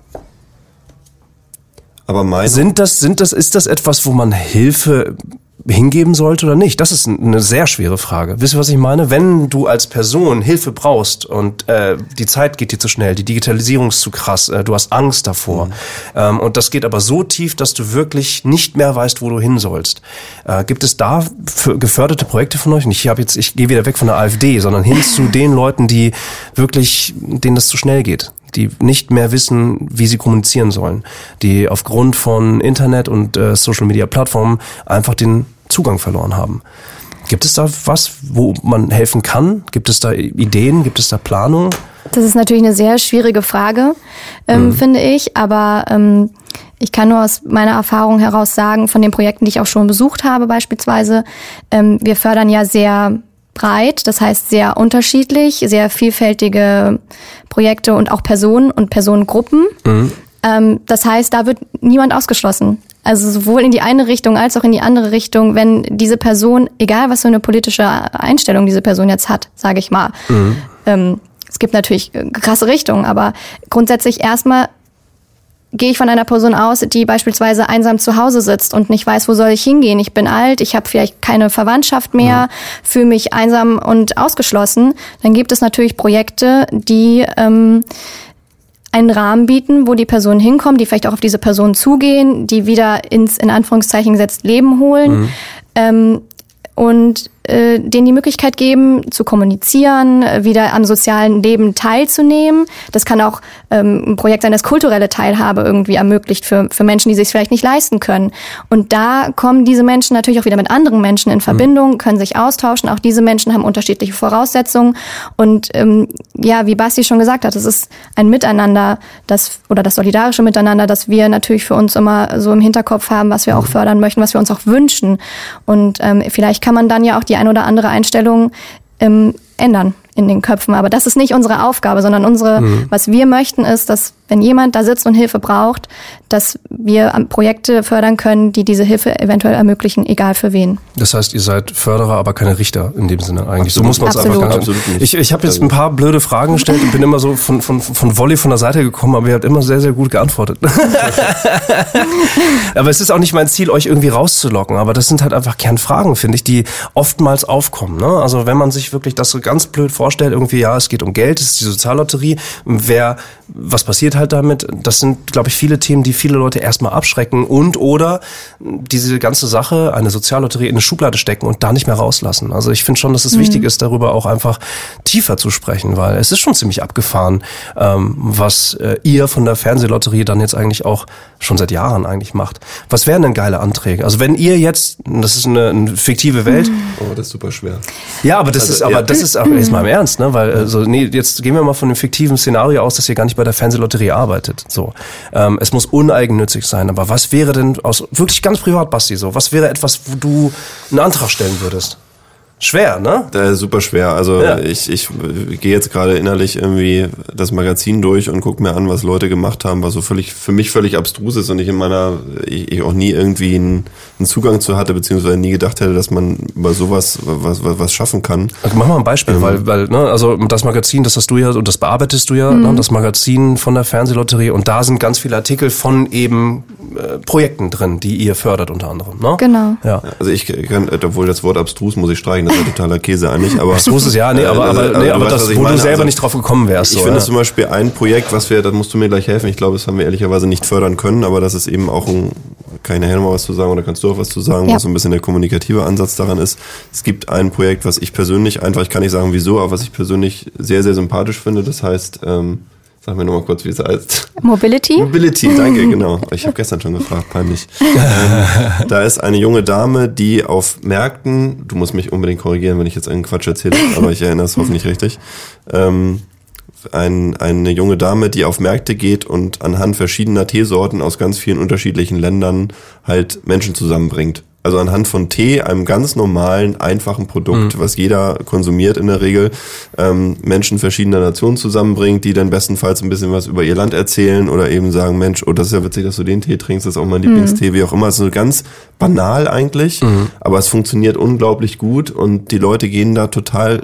Aber meine sind das, sind das, ist das etwas, wo man Hilfe hingeben sollte oder nicht? Das ist eine sehr schwere Frage. Wisst ihr, was ich meine? Wenn du als Person Hilfe brauchst und äh, die Zeit geht dir zu schnell, die Digitalisierung ist zu krass, äh, du hast Angst davor mhm. ähm, und das geht aber so tief, dass du wirklich nicht mehr weißt, wo du hin sollst. Äh, gibt es da für geförderte Projekte von euch? Und ich habe jetzt, ich gehe wieder weg von der AfD, sondern hin zu den Leuten, die wirklich, denen das zu schnell geht, die nicht mehr wissen, wie sie kommunizieren sollen, die aufgrund von Internet und äh, Social-Media-Plattformen einfach den Zugang verloren haben. Gibt es da was, wo man helfen kann? Gibt es da Ideen? Gibt es da Planung? Das ist natürlich eine sehr schwierige Frage, ähm, mhm. finde ich, aber ähm, ich kann nur aus meiner Erfahrung heraus sagen, von den Projekten, die ich auch schon besucht habe beispielsweise, ähm, wir fördern ja sehr breit, das heißt sehr unterschiedlich, sehr vielfältige Projekte und auch Personen und Personengruppen. Mhm. Ähm, das heißt, da wird niemand ausgeschlossen. Also sowohl in die eine Richtung als auch in die andere Richtung, wenn diese Person, egal was für eine politische Einstellung diese Person jetzt hat, sage ich mal. Mhm. Ähm, es gibt natürlich krasse Richtungen, aber grundsätzlich erstmal gehe ich von einer Person aus, die beispielsweise einsam zu Hause sitzt und nicht weiß, wo soll ich hingehen. Ich bin alt, ich habe vielleicht keine Verwandtschaft mehr, mhm. fühle mich einsam und ausgeschlossen. Dann gibt es natürlich Projekte, die ähm, einen Rahmen bieten, wo die Personen hinkommen, die vielleicht auch auf diese Person zugehen, die wieder ins, in Anführungszeichen gesetzt, Leben holen. Mhm. Ähm, und äh, denen die Möglichkeit geben, zu kommunizieren, wieder am sozialen Leben teilzunehmen. Das kann auch ähm, ein Projekt sein, das kulturelle Teilhabe irgendwie ermöglicht für, für Menschen, die sich vielleicht nicht leisten können. Und da kommen diese Menschen natürlich auch wieder mit anderen Menschen in Verbindung, können sich austauschen. Auch diese Menschen haben unterschiedliche Voraussetzungen. Und ähm, ja, wie Basti schon gesagt hat, es ist ein Miteinander, das oder das solidarische Miteinander, das wir natürlich für uns immer so im Hinterkopf haben, was wir auch fördern möchten, was wir uns auch wünschen. Und ähm, vielleicht kann man dann ja auch die ein oder andere Einstellung ähm, ändern in den Köpfen. Aber das ist nicht unsere Aufgabe, sondern unsere, mhm. was wir möchten, ist, dass wenn jemand da sitzt und Hilfe braucht, dass wir Projekte fördern können, die diese Hilfe eventuell ermöglichen, egal für wen. Das heißt, ihr seid Förderer, aber keine Richter in dem Sinne eigentlich. Absolut. So muss man es einfach ganz Absolut nicht. Ich, ich habe jetzt ein paar blöde Fragen gestellt und bin immer so von, von, von Volley von der Seite gekommen, aber ihr habt immer sehr, sehr gut geantwortet. Aber es ist auch nicht mein Ziel, euch irgendwie rauszulocken, aber das sind halt einfach Kernfragen, finde ich, die oftmals aufkommen. Ne? Also wenn man sich wirklich das so ganz blöd vorstellt, irgendwie, ja, es geht um Geld, es ist die Soziallotterie, wer, was passiert halt damit? Das sind, glaube ich, viele Themen, die viele Leute erstmal abschrecken und oder diese ganze Sache, eine Soziallotterie in eine Schublade stecken und da nicht mehr rauslassen. Also ich finde schon, dass es mhm. wichtig ist, darüber auch einfach tiefer zu sprechen, weil es ist schon ziemlich abgefahren, ähm, was äh, ihr von der Fernsehlotterie dann jetzt eigentlich auch schon seit Jahren eigentlich macht. Was wären denn geile Anträge? Also wenn ihr jetzt, das ist eine, eine fiktive Welt. Oh, das ist super schwer. Ja, aber das also, ist, aber ja. das ist auch jetzt mal im Ernst, ne? Weil also nee, jetzt gehen wir mal von dem fiktiven Szenario aus, dass ihr gar nicht bei der Fernsehlotterie arbeitet. So, ähm, es muss uneigennützig sein. Aber was wäre denn aus wirklich ganz privat, Basti, so? Was wäre etwas, wo du einen Antrag stellen würdest? Schwer, ne? Äh, super schwer. Also ja. ich, ich gehe jetzt gerade innerlich irgendwie das Magazin durch und gucke mir an, was Leute gemacht haben, was so völlig für mich völlig abstrus ist und ich in meiner ich, ich auch nie irgendwie einen, einen Zugang zu hatte, beziehungsweise nie gedacht hätte, dass man über sowas was was, was schaffen kann. Also mach mal ein Beispiel, ähm, weil weil ne, also das Magazin, das hast du ja und das bearbeitest du ja, mhm. ne, das Magazin von der Fernsehlotterie und da sind ganz viele Artikel von eben äh, Projekten drin, die ihr fördert unter anderem, ne? Genau. Ja. Also ich kann, obwohl das Wort abstrus muss ich streichen. Das ist ja totaler Käse eigentlich, aber abstrus ist ja, nee, aber, aber, aber, nee, aber das, wo meine, du selber also, nicht drauf gekommen wärst. Ich so, finde ja. zum Beispiel ein Projekt, was wir, da musst du mir gleich helfen, ich glaube, das haben wir ehrlicherweise nicht fördern können, aber das ist eben auch ein, kann ich nachher noch mal was zu sagen oder kannst du auch was zu sagen, ja. was so ein bisschen der kommunikative Ansatz daran ist. Es gibt ein Projekt, was ich persönlich einfach, ich kann nicht sagen wieso, aber was ich persönlich sehr, sehr sympathisch finde, das heißt, ähm, sag mir nochmal kurz, wie es heißt. Mobility? Mobility, danke, genau. Ich habe gestern schon gefragt, peinlich. ähm, da ist eine junge Dame, die auf Märkten, du musst mich unbedingt korrigieren, wenn ich jetzt einen Quatsch erzähle, aber ich erinnere es hoffentlich richtig, ähm, ein, eine junge Dame, die auf Märkte geht und anhand verschiedener Teesorten aus ganz vielen unterschiedlichen Ländern halt Menschen zusammenbringt. Also anhand von Tee, einem ganz normalen, einfachen Produkt, mhm. was jeder konsumiert in der Regel, ähm, Menschen verschiedener Nationen zusammenbringt, die dann bestenfalls ein bisschen was über ihr Land erzählen oder eben sagen, Mensch, oh, das ist ja witzig, dass du den Tee trinkst, das ist auch mein Lieblingstee, mhm. wie auch immer. Es ist so ganz banal eigentlich, mhm. aber es funktioniert unglaublich gut und die Leute gehen da total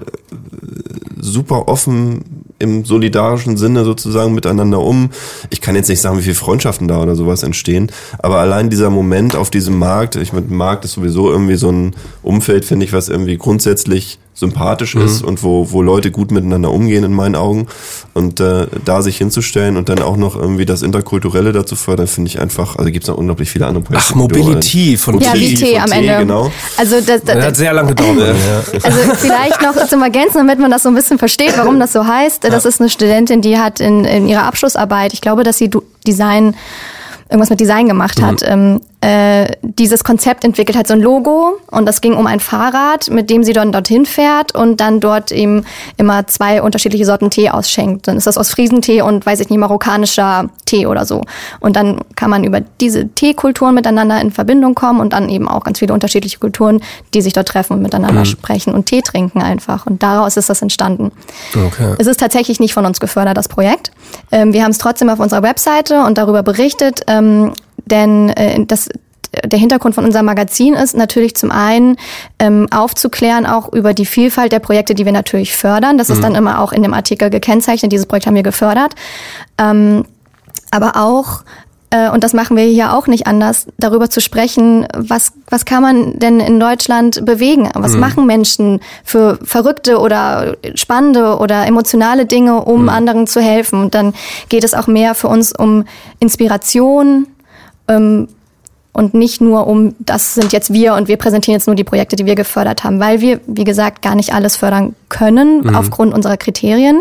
super offen im solidarischen Sinne sozusagen miteinander um. Ich kann jetzt nicht sagen, wie viele Freundschaften da oder sowas entstehen, aber allein dieser Moment auf diesem Markt, ich meine, Markt ist sowieso irgendwie so ein Umfeld, finde ich, was irgendwie grundsätzlich sympathisch mhm. ist und wo wo Leute gut miteinander umgehen in meinen Augen und äh, da sich hinzustellen und dann auch noch irgendwie das Interkulturelle dazu fördern, finde ich einfach, also gibt es noch unglaublich viele andere Projekte. Ach, Mobility von ja, wie Tee am Ende. Genau. Also das, das, das hat sehr lange gedauert. ja. Also vielleicht noch zum Ergänzen, damit man das so ein bisschen versteht, warum das so heißt. Das ja. ist eine Studentin, die hat in, in ihrer Abschlussarbeit, ich glaube, dass sie Design irgendwas mit Design gemacht hat, mhm. ähm, äh, dieses Konzept entwickelt hat, so ein Logo, und das ging um ein Fahrrad, mit dem sie dann dorthin fährt und dann dort eben immer zwei unterschiedliche Sorten Tee ausschenkt. Dann ist das Ostfriesentee und, weiß ich nicht, marokkanischer Tee oder so. Und dann kann man über diese Teekulturen miteinander in Verbindung kommen und dann eben auch ganz viele unterschiedliche Kulturen, die sich dort treffen und miteinander mhm. sprechen und Tee trinken einfach. Und daraus ist das entstanden. Okay. Es ist tatsächlich nicht von uns gefördert, das Projekt. Ähm, wir haben es trotzdem auf unserer Webseite und darüber berichtet, ähm, denn äh, das der Hintergrund von unserem Magazin ist natürlich zum einen ähm, aufzuklären auch über die Vielfalt der Projekte, die wir natürlich fördern. Das mhm. ist dann immer auch in dem Artikel gekennzeichnet. Dieses Projekt haben wir gefördert. Ähm, aber auch, äh, und das machen wir hier auch nicht anders, darüber zu sprechen, was was kann man denn in Deutschland bewegen? Was mhm. machen Menschen für verrückte oder spannende oder emotionale Dinge, um mhm. anderen zu helfen? Und dann geht es auch mehr für uns um Inspiration, ähm, und nicht nur um, das sind jetzt wir und wir präsentieren jetzt nur die Projekte, die wir gefördert haben, weil wir, wie gesagt, gar nicht alles fördern können mhm. aufgrund unserer Kriterien.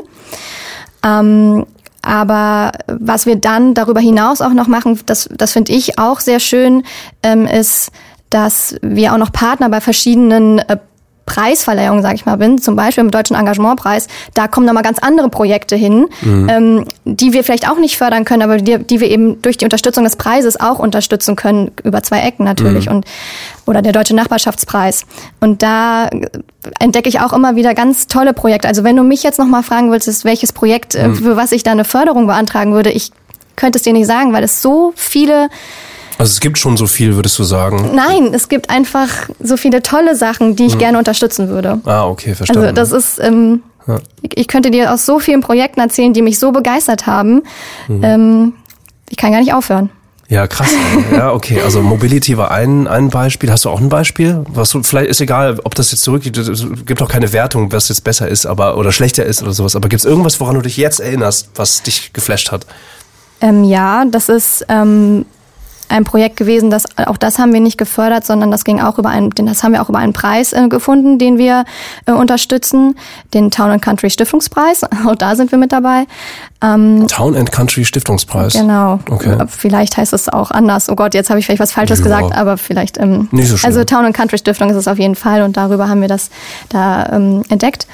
Ähm, aber was wir dann darüber hinaus auch noch machen, das, das finde ich auch sehr schön, ähm, ist, dass wir auch noch Partner bei verschiedenen äh, Preisverleihungen, sage ich mal, bin, zum Beispiel im Deutschen Engagementpreis, da kommen nochmal ganz andere Projekte hin, mhm. ähm, die wir vielleicht auch nicht fördern können, aber die, die wir eben durch die Unterstützung des Preises auch unterstützen können, über zwei Ecken natürlich, mhm. und oder der Deutsche Nachbarschaftspreis. Und da entdecke ich auch immer wieder ganz tolle Projekte. Also wenn du mich jetzt nochmal fragen willst, welches Projekt, mhm. für was ich da eine Förderung beantragen würde, ich könnte es dir nicht sagen, weil es so viele... Also es gibt schon so viel, würdest du sagen? Nein, es gibt einfach so viele tolle Sachen, die ich hm. gerne unterstützen würde. Ah, okay, verstanden. Also das ist, ähm, ja. ich könnte dir aus so vielen Projekten erzählen, die mich so begeistert haben. Mhm. Ähm, ich kann gar nicht aufhören. Ja, krass. Ja, okay. Also Mobility war ein, ein Beispiel. Hast du auch ein Beispiel? Was du, vielleicht ist egal, ob das jetzt zurückgeht. Es gibt auch keine Wertung, was jetzt besser ist, aber oder schlechter ist oder sowas. Aber gibt es irgendwas, woran du dich jetzt erinnerst, was dich geflasht hat? Ähm, ja, das ist ähm, ein Projekt gewesen, das auch das haben wir nicht gefördert, sondern das ging auch über einen, das haben wir auch über einen Preis äh, gefunden, den wir äh, unterstützen, den Town and Country Stiftungspreis. Auch da sind wir mit dabei. Ähm, Town and Country Stiftungspreis. Genau. Okay. Vielleicht heißt es auch anders. Oh Gott, jetzt habe ich vielleicht was Falsches ja. gesagt, aber vielleicht. Ähm, nicht so schlimm. Also Town and Country Stiftung ist es auf jeden Fall und darüber haben wir das da ähm, entdeckt.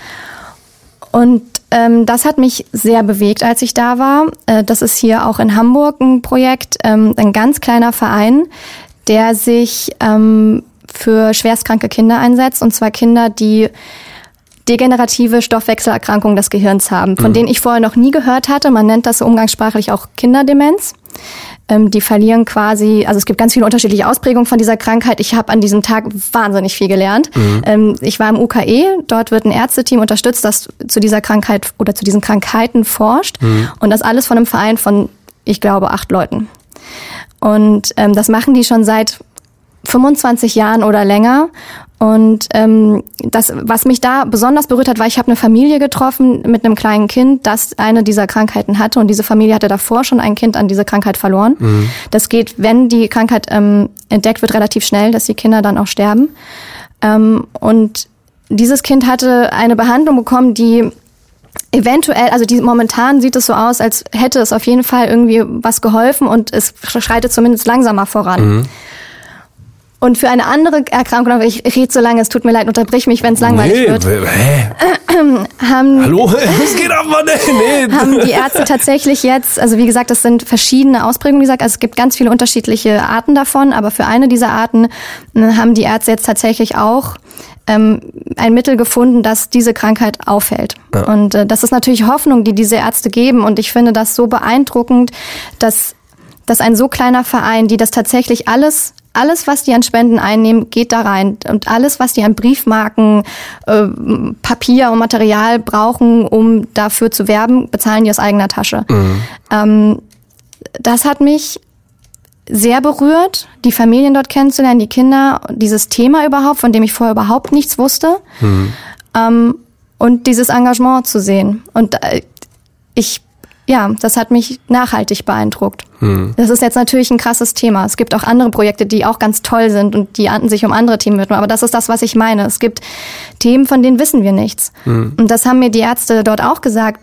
Und ähm, das hat mich sehr bewegt, als ich da war. Äh, das ist hier auch in Hamburg ein Projekt, ähm, ein ganz kleiner Verein, der sich ähm, für schwerstkranke Kinder einsetzt. Und zwar Kinder, die degenerative Stoffwechselerkrankungen des Gehirns haben, von mhm. denen ich vorher noch nie gehört hatte. Man nennt das so umgangssprachlich auch Kinderdemenz. Ähm, die verlieren quasi, also es gibt ganz viele unterschiedliche Ausprägungen von dieser Krankheit. Ich habe an diesem Tag wahnsinnig viel gelernt. Mhm. Ähm, ich war im U K E, dort wird ein Ärzteteam unterstützt, das zu dieser Krankheit oder zu diesen Krankheiten forscht. Mhm. Und das alles von einem Verein von, ich glaube, acht Leuten. Und ähm, das machen die schon seit fünfundzwanzig Jahren oder länger. Und ähm, das, was mich da besonders berührt hat, war, ich habe eine Familie getroffen mit einem kleinen Kind, das eine dieser Krankheiten hatte. Und diese Familie hatte davor schon ein Kind an diese Krankheit verloren. Mhm. Das geht, wenn die Krankheit ähm, entdeckt wird, relativ schnell, dass die Kinder dann auch sterben. Ähm, und dieses Kind hatte eine Behandlung bekommen, die eventuell, also die, momentan sieht es so aus, als hätte es auf jeden Fall irgendwie was geholfen und es schreitet zumindest langsamer voran. Mhm. Und für eine andere Erkrankung, ich rede so lange, es tut mir leid, unterbrich mich, wenn es langweilig nee, wird. Hä? haben, Hallo? Es geht aber nicht. Nee. Haben die Ärzte tatsächlich jetzt, also wie gesagt, das sind verschiedene Ausprägungen, wie gesagt, also es gibt ganz viele unterschiedliche Arten davon, aber für eine dieser Arten äh, haben die Ärzte jetzt tatsächlich auch ähm, ein Mittel gefunden, das diese Krankheit aufhält. Ja. Und äh, das ist natürlich Hoffnung, die diese Ärzte geben, und ich finde das so beeindruckend, dass, dass ein so kleiner Verein, die das tatsächlich alles Alles, was die an Spenden einnehmen, geht da rein. Und alles, was die an Briefmarken, äh, Papier und Material brauchen, um dafür zu werben, bezahlen die aus eigener Tasche. Mhm. Ähm, das hat mich sehr berührt, die Familien dort kennenzulernen, die Kinder, dieses Thema überhaupt, von dem ich vorher überhaupt nichts wusste. Mhm. Ähm, und dieses Engagement zu sehen. Und äh, ich Ja, das hat mich nachhaltig beeindruckt. Hm. Das ist jetzt natürlich ein krasses Thema. Es gibt auch andere Projekte, die auch ganz toll sind und die sich um andere Themen widmen. Aber das ist das, was ich meine. Es gibt Themen, von denen wissen wir nichts. Hm. Und das haben mir die Ärzte dort auch gesagt.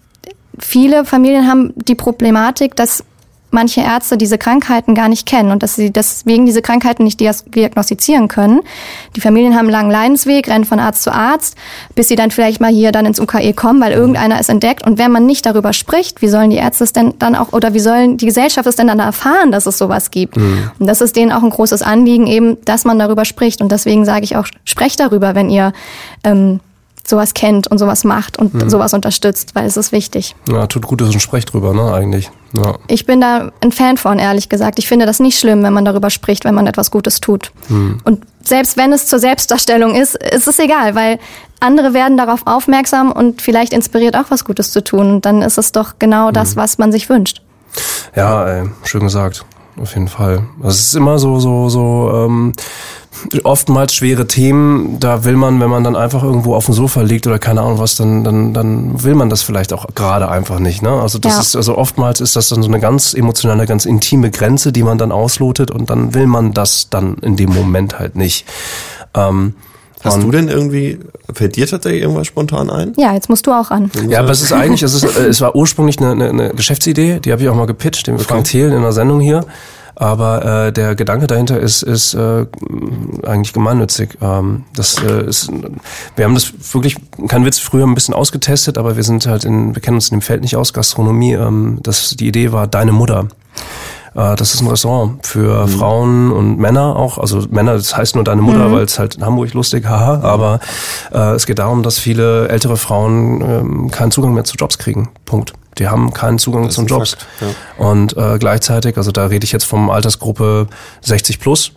Viele Familien haben die Problematik, dass manche Ärzte diese Krankheiten gar nicht kennen und dass sie deswegen diese Krankheiten nicht diagnostizieren können. Die Familien haben einen langen Leidensweg, rennen von Arzt zu Arzt, bis sie dann vielleicht mal hier dann ins U K E kommen, weil irgendeiner es entdeckt. Und wenn man nicht darüber spricht, wie sollen die Ärzte es denn dann auch, oder wie sollen die Gesellschaft es denn dann erfahren, dass es sowas gibt? Mhm. Und das ist denen auch ein großes Anliegen eben, dass man darüber spricht. Und deswegen sage ich auch, sprecht darüber, wenn ihr ähm, sowas kennt und sowas macht und mhm. sowas unterstützt, weil es ist wichtig. Ja, tut gut, dass ein Sprecht drüber, ne, eigentlich. Ja. Ich bin da ein Fan von, ehrlich gesagt. Ich finde das nicht schlimm, wenn man darüber spricht, wenn man etwas Gutes tut. Mhm. Und selbst wenn es zur Selbstdarstellung ist, ist es egal, weil andere werden darauf aufmerksam und vielleicht inspiriert auch was Gutes zu tun. Und dann ist es doch genau mhm. das, was man sich wünscht. Ja, ey, schön gesagt. Auf jeden Fall. Also es ist immer so, so, so, ähm, oftmals schwere Themen, da will man, wenn man dann einfach irgendwo auf dem Sofa liegt oder keine Ahnung was, dann dann dann will man das vielleicht auch gerade einfach nicht, ne? Also das ja. ist also oftmals ist das dann so eine ganz emotionale, ganz intime Grenze, die man dann auslotet und dann will man das dann in dem Moment halt nicht. Ähm, Hast und du denn irgendwie, fällt dir tatsächlich irgendwas spontan ein? Ja, jetzt musst du auch an. Ja, aber es ist eigentlich, es ist, es war ursprünglich eine, eine, eine Geschäftsidee, die habe ich auch mal gepitcht, den okay. Frank Thelen in einer Sendung hier. Aber äh, der Gedanke dahinter ist ist äh, eigentlich gemeinnützig. Ähm, das äh, ist, wir haben das wirklich, kein Witz, früher ein bisschen ausgetestet, aber wir sind halt in, wir kennen uns in dem Feld nicht aus, Gastronomie. Ähm, das die Idee war Deine Mutter. Das ist ein Restaurant für mhm. Frauen und Männer auch. Also Männer, das heißt nur Deine Mutter, mhm. weil es halt in Hamburg lustig, haha. Aber äh, es geht darum, dass viele ältere Frauen ähm, keinen Zugang mehr zu Jobs kriegen. Punkt. Die haben keinen Zugang zum Jobs. Fakt, ja. Und äh, gleichzeitig, also da rede ich jetzt vom Altersgruppe sechzig plus.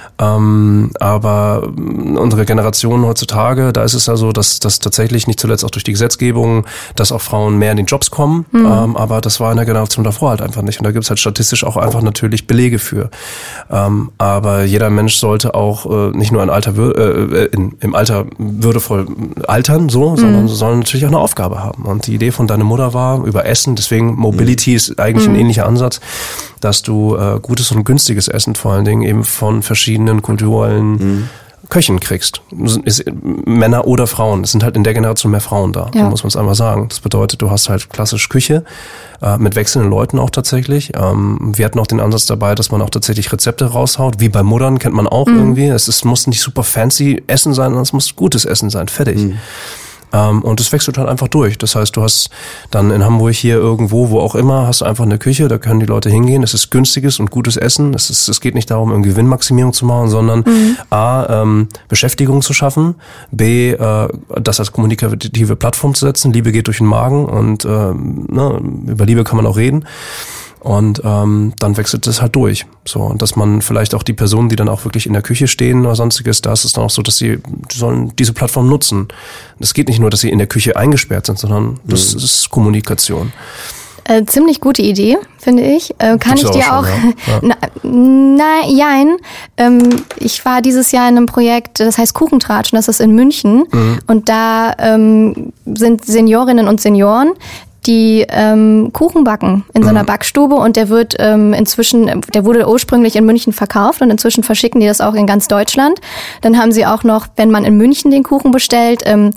Ähm, aber unsere Generation heutzutage, da ist es ja so, dass, dass tatsächlich nicht zuletzt auch durch die Gesetzgebung, dass auch Frauen mehr in die Jobs kommen, mhm. ähm, aber das war in der Generation davor halt einfach nicht und da gibt es halt statistisch auch einfach natürlich Belege für. Ähm, aber jeder Mensch sollte auch äh, nicht nur ein Alter äh, in, im Alter würdevoll altern, so, mhm. sondern soll natürlich auch eine Aufgabe haben. Und die Idee von Deine Mutter war über Essen, deswegen Mobility mhm. ist eigentlich mhm. ein ähnlicher Ansatz, dass du äh, gutes und günstiges Essen vor allen Dingen eben von verschiedenen kulturellen mhm. Köchen kriegst. Ist, Männer oder Frauen. Es sind halt in der Generation mehr Frauen da, ja. so muss man es einmal sagen. Das bedeutet, du hast halt klassisch Küche, äh, mit wechselnden Leuten auch tatsächlich. Ähm, wir hatten auch den Ansatz dabei, dass man auch tatsächlich Rezepte raushaut, wie bei Muttern kennt man auch mhm. irgendwie. Es ist, muss nicht super fancy Essen sein, sondern es muss gutes Essen sein, fertig. Mhm. Um, und es wechselt halt einfach durch. Das heißt, du hast dann in Hamburg hier irgendwo, wo auch immer, hast du einfach eine Küche, da können die Leute hingehen. Es ist günstiges und gutes Essen. Es ist, es geht nicht darum, irgendwie Gewinnmaximierung zu machen, sondern mhm. A, ähm, Beschäftigung zu schaffen, B, äh, das als kommunikative Plattform zu setzen. Liebe geht durch den Magen und äh, ne, über Liebe kann man auch reden. Und ähm, dann wechselt es halt durch. So, und dass man vielleicht auch die Personen, die dann auch wirklich in der Küche stehen oder sonstiges, da ist es dann auch so, dass sie die sollen diese Plattform nutzen. Es geht nicht nur, dass sie in der Küche eingesperrt sind, sondern das mhm. ist Kommunikation. Äh, ziemlich gute Idee, finde ich. Äh, kann Gibt's ich dir auch. auch schon, ja. na, na, jein. Ähm, ich war dieses Jahr in einem Projekt, das heißt Kuchentratschen, das ist in München. Mhm. Und da ähm, sind Seniorinnen und Senioren, die ähm, Kuchen backen in so einer Backstube und der wird ähm, inzwischen, der wurde ursprünglich in München verkauft und inzwischen verschicken die das auch in ganz Deutschland. Dann haben sie auch noch, wenn man in München den Kuchen bestellt, ähm,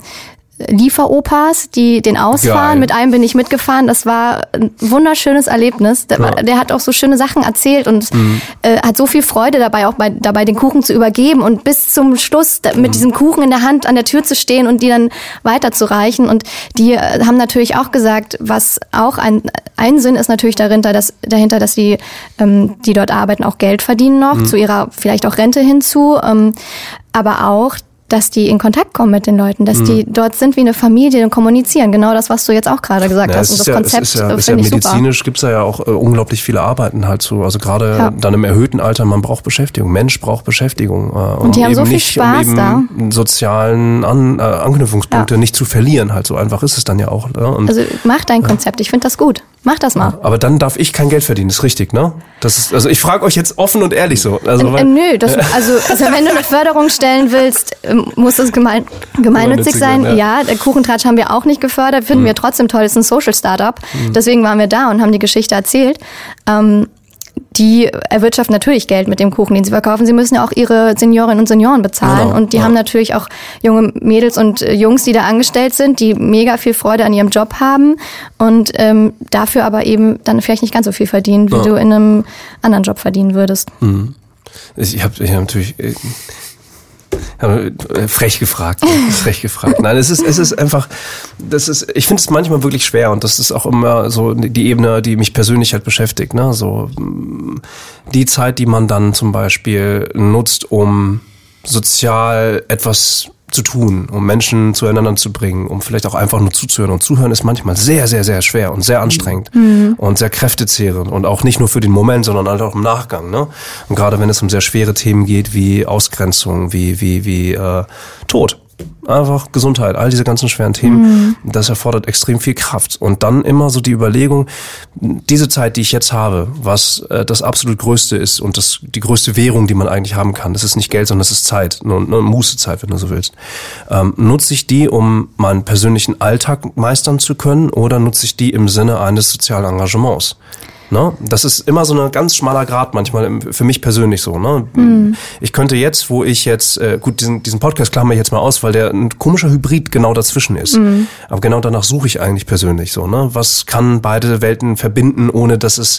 Lieferopas, die den ausfahren. Geil. Mit einem bin ich mitgefahren. Das war ein wunderschönes Erlebnis. Der, ja. der hat auch so schöne Sachen erzählt und mhm. äh, hat so viel Freude dabei, auch bei, dabei den Kuchen zu übergeben und bis zum Schluss da, mit mhm. diesem Kuchen in der Hand an der Tür zu stehen und die dann weiterzureichen. Und die äh, haben natürlich auch gesagt, was auch ein, ein Sinn ist natürlich dahinter, dass, dahinter, dass die, ähm, die dort arbeiten, auch Geld verdienen noch, mhm. zu ihrer vielleicht auch Rente hinzu, ähm, aber auch, dass die in Kontakt kommen mit den Leuten, dass mhm. die dort sind wie eine Familie und kommunizieren. Genau das, was du jetzt auch gerade gesagt ja, hast. Und das ja, Konzept ist ja, finde ist ja ich medizinisch super. Gibt's da ja auch äh, unglaublich viele Arbeiten halt so. Also gerade ja. dann im erhöhten Alter, man braucht Beschäftigung. Mensch braucht Beschäftigung. Äh, um und die haben eben so viel nicht, Spaß um da. sozialen An, äh, Anknüpfungspunkte ja. nicht zu verlieren. Halt so einfach ist es dann ja auch. Ne? Und, also mach dein Konzept. Ich finde das gut. Mach das mal. Aber dann darf ich kein Geld verdienen, ist richtig, ne? Das ist, also ich frage euch jetzt offen und ehrlich so. Also, äh, äh, nö, das, also, also wenn du eine Förderung stellen willst, muss das gemein, gemeinnützig sein. sein. Ja, ja, der Kuchentratsch haben wir auch nicht gefördert, finden mhm. wir trotzdem toll, das ist ein Social Startup. Mhm. Deswegen waren wir da und haben die Geschichte erzählt. Ähm, die erwirtschaften natürlich Geld mit dem Kuchen, den sie verkaufen. Sie müssen ja auch ihre Seniorinnen und Senioren bezahlen. Genau, und die ja. haben natürlich auch junge Mädels und Jungs, die da angestellt sind, die mega viel Freude an ihrem Job haben und ähm, dafür aber eben dann vielleicht nicht ganz so viel verdienen, wie ja. du in einem anderen Job verdienen würdest. Mhm. Ich habe ich hab natürlich... Äh frech gefragt, frech gefragt. Nein, es ist, es ist einfach, das ist, ich finde es manchmal wirklich schwer und das ist auch immer so die Ebene, die mich persönlich halt beschäftigt, ne, so, die Zeit, die man dann zum Beispiel nutzt, um sozial etwas zu tun, um Menschen zueinander zu bringen, um vielleicht auch einfach nur zuzuhören. Und zuhören ist manchmal sehr, sehr, sehr schwer und sehr anstrengend mhm. und sehr kräftezehrend und auch nicht nur für den Moment, sondern halt auch im Nachgang. Ne? Und gerade wenn es um sehr schwere Themen geht, wie Ausgrenzung, wie wie wie äh, Tod. Einfach Gesundheit, all diese ganzen schweren Themen, mhm. das erfordert extrem viel Kraft. Und dann immer so die Überlegung, diese Zeit, die ich jetzt habe, was äh, das absolut Größte ist und das die größte Währung, die man eigentlich haben kann, das ist nicht Geld, sondern das ist Zeit, nur, nur Mußezeit, wenn du so willst. Ähm, nutze ich die, um meinen persönlichen Alltag meistern zu können, oder nutze ich die im Sinne eines sozialen Engagements? Ne? Das ist immer so ein ganz schmaler Grat manchmal für mich persönlich so. Ne? Mhm. Ich könnte jetzt, wo ich jetzt, äh, gut, diesen, diesen Podcast klammer ich jetzt mal aus, weil der ein komischer Hybrid genau dazwischen ist. Mhm. Aber genau danach suche ich eigentlich persönlich so. Ne? Was kann beide Welten verbinden, ohne dass es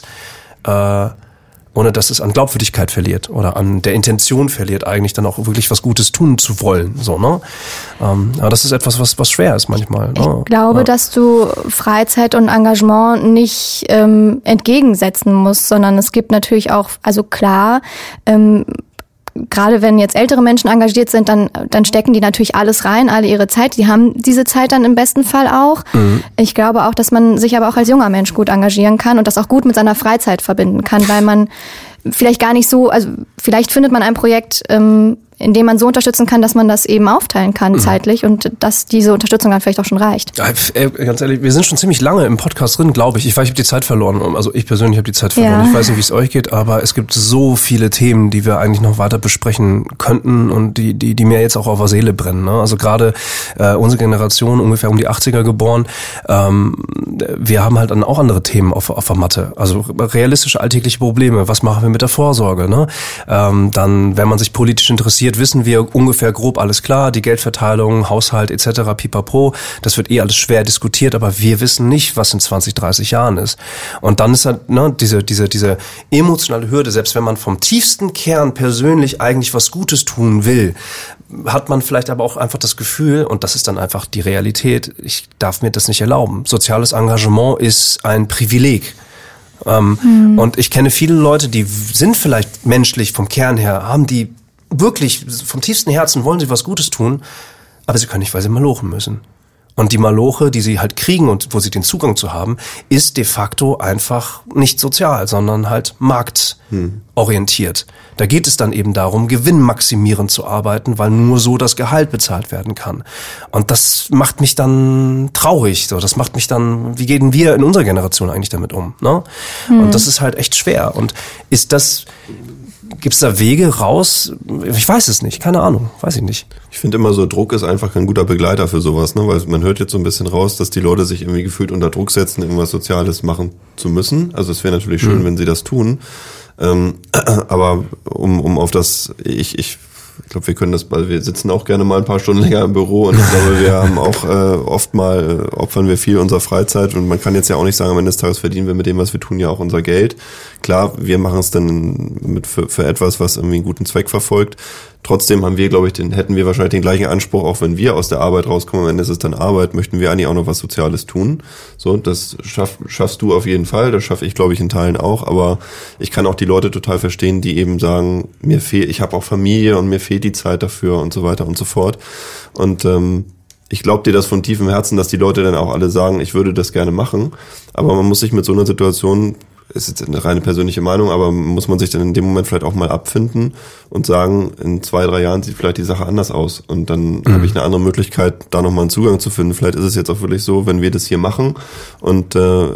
äh, ohne dass es an Glaubwürdigkeit verliert oder an der Intention verliert, eigentlich dann auch wirklich was Gutes tun zu wollen. So, ne? Ähm, aber das ist etwas, was, was schwer ist manchmal. Ne? Ich glaube, ja. dass du Freizeit und Engagement nicht ähm, entgegensetzen musst, sondern es gibt natürlich auch, also klar, ähm, gerade wenn jetzt ältere Menschen engagiert sind, dann dann stecken die natürlich alles rein, alle ihre Zeit. Die haben diese Zeit dann im besten Fall auch. Mhm. Ich glaube auch, dass man sich aber auch als junger Mensch gut engagieren kann und das auch gut mit seiner Freizeit verbinden kann, weil man vielleicht gar nicht so, also vielleicht findet man ein Projekt, ähm, in dem man so unterstützen kann, dass man das eben aufteilen kann mhm. zeitlich und dass diese Unterstützung dann vielleicht auch schon reicht. Ja, ey, ganz ehrlich, wir sind schon ziemlich lange im Podcast drin, glaube ich. Ich weiß, ich habe die Zeit verloren. Also ich persönlich habe die Zeit verloren. Ja. Ich weiß nicht, wie es euch geht, aber es gibt so viele Themen, die wir eigentlich noch weiter besprechen könnten und die die die mir jetzt auch auf der Seele brennen. Ne? Also gerade äh, unsere Generation, ungefähr um die achtziger geboren, ähm, wir haben halt dann auch andere Themen auf, auf der Matte. Also realistische alltägliche Probleme. Was machen wir mit der Vorsorge? Ne? Ähm, dann, wenn man sich politisch interessiert, wissen wir ungefähr grob alles klar, die Geldverteilung, Haushalt et cetera, pipapo, das wird eh alles schwer diskutiert, aber wir wissen nicht, was in zwanzig, dreißig Jahren ist. Und dann ist halt ne, diese diese diese emotionale Hürde, selbst wenn man vom tiefsten Kern persönlich eigentlich was Gutes tun will, hat man vielleicht aber auch einfach das Gefühl, und das ist dann einfach die Realität, ich darf mir das nicht erlauben. Soziales Engagement ist ein Privileg. Ähm, mhm. Und ich kenne viele Leute, die sind vielleicht menschlich vom Kern her, haben die wirklich vom tiefsten Herzen wollen sie was Gutes tun, aber sie können nicht, weil sie malochen müssen. Und die Maloche, die sie halt kriegen und wo sie den Zugang zu haben, ist de facto einfach nicht sozial, sondern halt marktorientiert. Hm. Da geht es dann eben darum, gewinnmaximierend zu arbeiten, weil nur so das Gehalt bezahlt werden kann. Und das macht mich dann traurig. So, das macht mich dann, wie gehen wir in unserer Generation eigentlich damit um? Ne? Hm. Und das ist halt echt schwer. Und ist das... Gibt's da Wege raus? Ich weiß es nicht, keine Ahnung, weiß ich nicht. Ich finde immer so, Druck ist einfach kein guter Begleiter für sowas, ne? Weil man hört jetzt so ein bisschen raus, dass die Leute sich irgendwie gefühlt unter Druck setzen, irgendwas Soziales machen zu müssen. Also es wäre natürlich schön, mhm. wenn sie das tun. Ähm, aber um um auf das, ich ich Ich glaube, wir können das, weil wir sitzen auch gerne mal ein paar Stunden länger im Büro und ich glaube, wir haben auch äh, oft mal, äh, opfern wir viel unserer Freizeit und man kann jetzt ja auch nicht sagen, am Ende des Tages verdienen wir mit dem, was wir tun, ja auch unser Geld. Klar, wir machen es dann mit für, für etwas, was irgendwie einen guten Zweck verfolgt. Trotzdem haben wir, glaube ich, den, hätten wir wahrscheinlich den gleichen Anspruch, auch wenn wir aus der Arbeit rauskommen, am Ende ist es dann Arbeit, möchten wir eigentlich auch noch was Soziales tun. So, das schaff, schaffst du auf jeden Fall, das schaffe ich, glaube ich, in Teilen auch, aber ich kann auch die Leute total verstehen, die eben sagen, mir fehlt, ich habe auch Familie und mir fehlt die Zeit dafür und so weiter und so fort. Und ähm, ich glaube dir das von tiefem Herzen, dass die Leute dann auch alle sagen, ich würde das gerne machen, aber man muss sich mit so einer Situation, ist jetzt eine reine persönliche Meinung, aber muss man sich dann in dem Moment vielleicht auch mal abfinden und sagen, in zwei, drei Jahren sieht vielleicht die Sache anders aus und dann mhm. habe ich eine andere Möglichkeit, da nochmal einen Zugang zu finden. Vielleicht ist es jetzt auch wirklich so, wenn wir das hier machen und äh,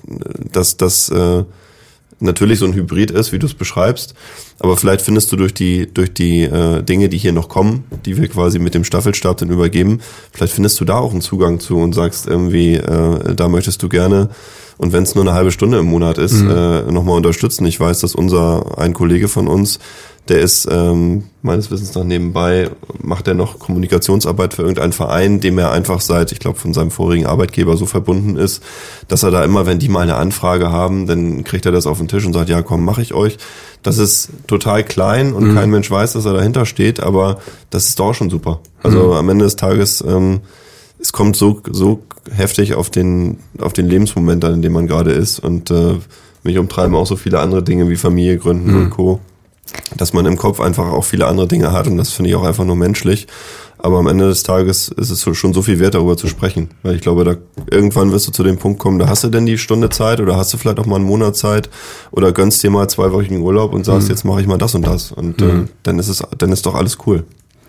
dass das äh, natürlich so ein Hybrid ist, wie du es beschreibst, aber vielleicht findest du durch die durch die äh, Dinge, die hier noch kommen, die wir quasi mit dem Staffelstab dann übergeben, vielleicht findest du da auch einen Zugang zu und sagst irgendwie, äh, da möchtest du gerne, und wenn es nur eine halbe Stunde im Monat ist, mhm. äh, nochmal unterstützen. Ich weiß, dass unser, ein Kollege von uns, der ist ähm, meines Wissens nach nebenbei, macht er noch Kommunikationsarbeit für irgendeinen Verein, dem er einfach seit, ich glaube, von seinem vorigen Arbeitgeber so verbunden ist, dass er da immer, wenn die mal eine Anfrage haben, dann kriegt er das auf den Tisch und sagt, ja komm, mache ich euch. Das ist total klein und mhm. kein Mensch weiß, dass er dahinter steht, aber das ist doch schon super. Also mhm. am Ende des Tages, ähm, es kommt so so heftig auf den auf den Lebensmoment an, in dem man gerade ist und äh, mich umtreiben auch so viele andere Dinge wie Familie gründen mhm. und Co., dass man im Kopf einfach auch viele andere Dinge hat und das finde ich auch einfach nur menschlich. Aber am Ende des Tages ist es schon so viel wert, darüber zu sprechen. Weil ich glaube, da irgendwann wirst du zu dem Punkt kommen, da hast du denn die Stunde Zeit oder hast du vielleicht auch mal einen Monat Zeit oder gönnst dir mal zweiwöchigen Urlaub und sagst, mhm. jetzt mache ich mal das und das. Und mhm. äh, dann ist es, dann ist doch alles cool.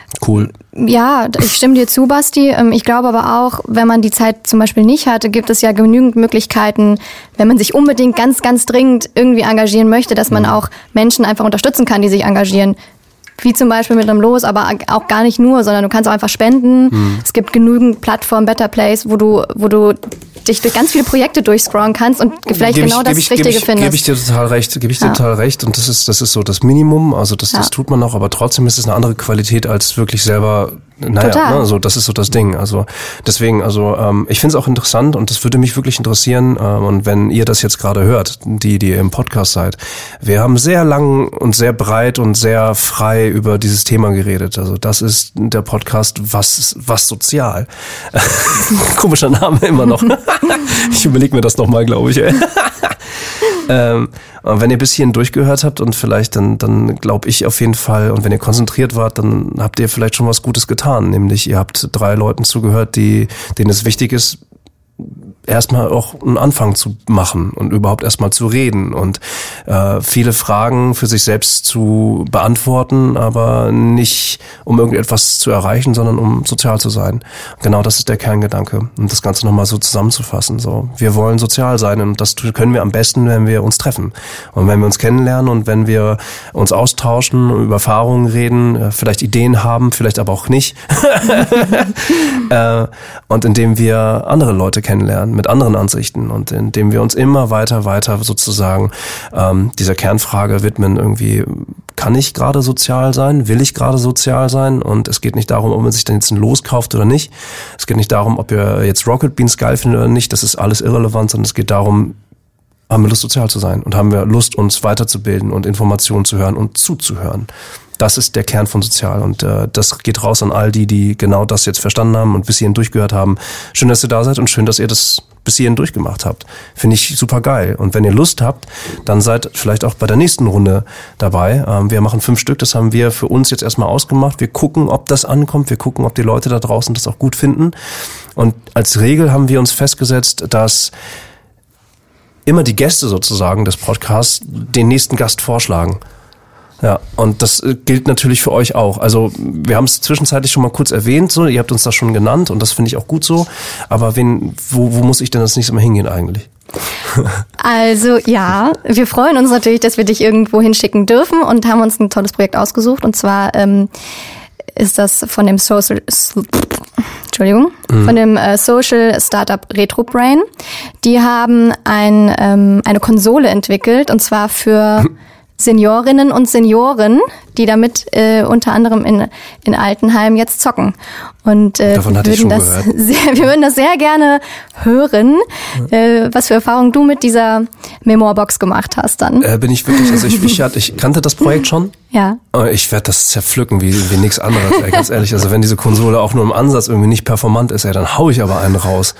Cool. Ja, ich stimme dir zu, Basti. Ich glaube aber auch, wenn man die Zeit zum Beispiel nicht hatte, gibt es ja genügend Möglichkeiten, wenn man sich unbedingt ganz, ganz dringend irgendwie engagieren möchte, dass man auch Menschen einfach unterstützen kann, die sich engagieren. Wie zum Beispiel mit einem Los, aber auch gar nicht nur, sondern du kannst auch einfach spenden. Mhm. Es gibt genügend Plattformen, Better Place, wo du, wo du dich durch ganz viele Projekte durchscrollen kannst und vielleicht geb genau ich, das ich, Richtige geb ich, findest. Gebe ich dir total recht, gebe ich dir ja. total recht. Und das ist, das ist so das Minimum. Also das, ja. das tut man auch, aber trotzdem ist es eine andere Qualität als wirklich selber. Naja, Total. ne, so das ist so das Ding. Also deswegen, also ähm, ich finde es auch interessant und das würde mich wirklich interessieren. Ähm, und wenn ihr das jetzt gerade hört, die, die im Podcast seid, wir haben sehr lang und sehr breit und sehr frei über dieses Thema geredet. Also das ist der Podcast was was sozial. Komischer Name immer noch. Ich überlege mir das nochmal, glaube ich. Ey. Ähm, und wenn ihr bis hierhin durchgehört habt und vielleicht dann, dann glaube ich auf jeden Fall, und wenn ihr konzentriert wart, dann habt ihr vielleicht schon was Gutes getan. Nämlich ihr habt drei Leuten zugehört, die, denen es wichtig ist, erstmal auch einen Anfang zu machen und überhaupt erstmal zu reden und äh, viele Fragen für sich selbst zu beantworten, aber nicht um irgendetwas zu erreichen, sondern um sozial zu sein. Genau das ist der Kerngedanke. Und das Ganze nochmal so zusammenzufassen. So, wir wollen sozial sein und das können wir am besten, wenn wir uns treffen. Und wenn wir uns kennenlernen und wenn wir uns austauschen, über Erfahrungen reden, vielleicht Ideen haben, vielleicht aber auch nicht. äh, und indem wir andere Leute kennenlernen mit anderen Ansichten und indem wir uns immer weiter, weiter sozusagen ähm, dieser Kernfrage widmen, irgendwie, kann ich gerade sozial sein? Will ich gerade sozial sein? Und es geht nicht darum, ob man sich dann jetzt ein Los kauft oder nicht. Es geht nicht darum, ob ihr jetzt Rocket Beans geil findet oder nicht. Das ist alles irrelevant, sondern es geht darum, haben wir Lust, sozial zu sein und haben wir Lust, uns weiterzubilden und Informationen zu hören und zuzuhören. Das ist der Kern von sozial und äh, das geht raus an all die, die genau das jetzt verstanden haben und bis hierhin durchgehört haben. Schön, dass ihr da seid und schön, dass ihr das bis hierhin durchgemacht habt. Finde ich super geil. Und wenn ihr Lust habt, dann seid vielleicht auch bei der nächsten Runde dabei. Ähm, wir machen fünf Stück, das haben wir für uns jetzt erstmal ausgemacht. Wir gucken, ob das ankommt. Wir gucken, ob die Leute da draußen das auch gut finden. Und als Regel haben wir uns festgesetzt, dass immer die Gäste sozusagen des Podcasts den nächsten Gast vorschlagen. Ja, und das gilt natürlich für euch auch. Also wir haben es zwischenzeitlich schon mal kurz erwähnt, so, ihr habt uns das schon genannt und das finde ich auch gut so. Aber wen, wo, wo muss ich denn das nächste Mal hingehen eigentlich? Also ja, wir freuen uns natürlich, dass wir dich irgendwo hinschicken dürfen und haben uns ein tolles Projekt ausgesucht. Und zwar ähm, ist das von dem Social... Entschuldigung, mhm. von dem äh, Social Startup RetroBrain. Die haben ein, ähm, eine Konsole entwickelt und zwar für Seniorinnen und Senioren, die damit äh, unter anderem in, in Altenheimen jetzt zocken. Und äh, Davon hatte wir, ich schon würden das gehört. sehr, wir würden das sehr gerne hören, mhm. äh, was für Erfahrungen du mit dieser Memoirbox gemacht hast dann. Äh, bin ich wirklich, also ich, ich, ich kannte das Projekt schon. Ja. Ich werde das zerpflücken wie, wie nichts anderes, ey, ganz ehrlich. Also wenn diese Konsole auch nur im Ansatz irgendwie nicht performant ist, ey, dann hau ich aber einen raus.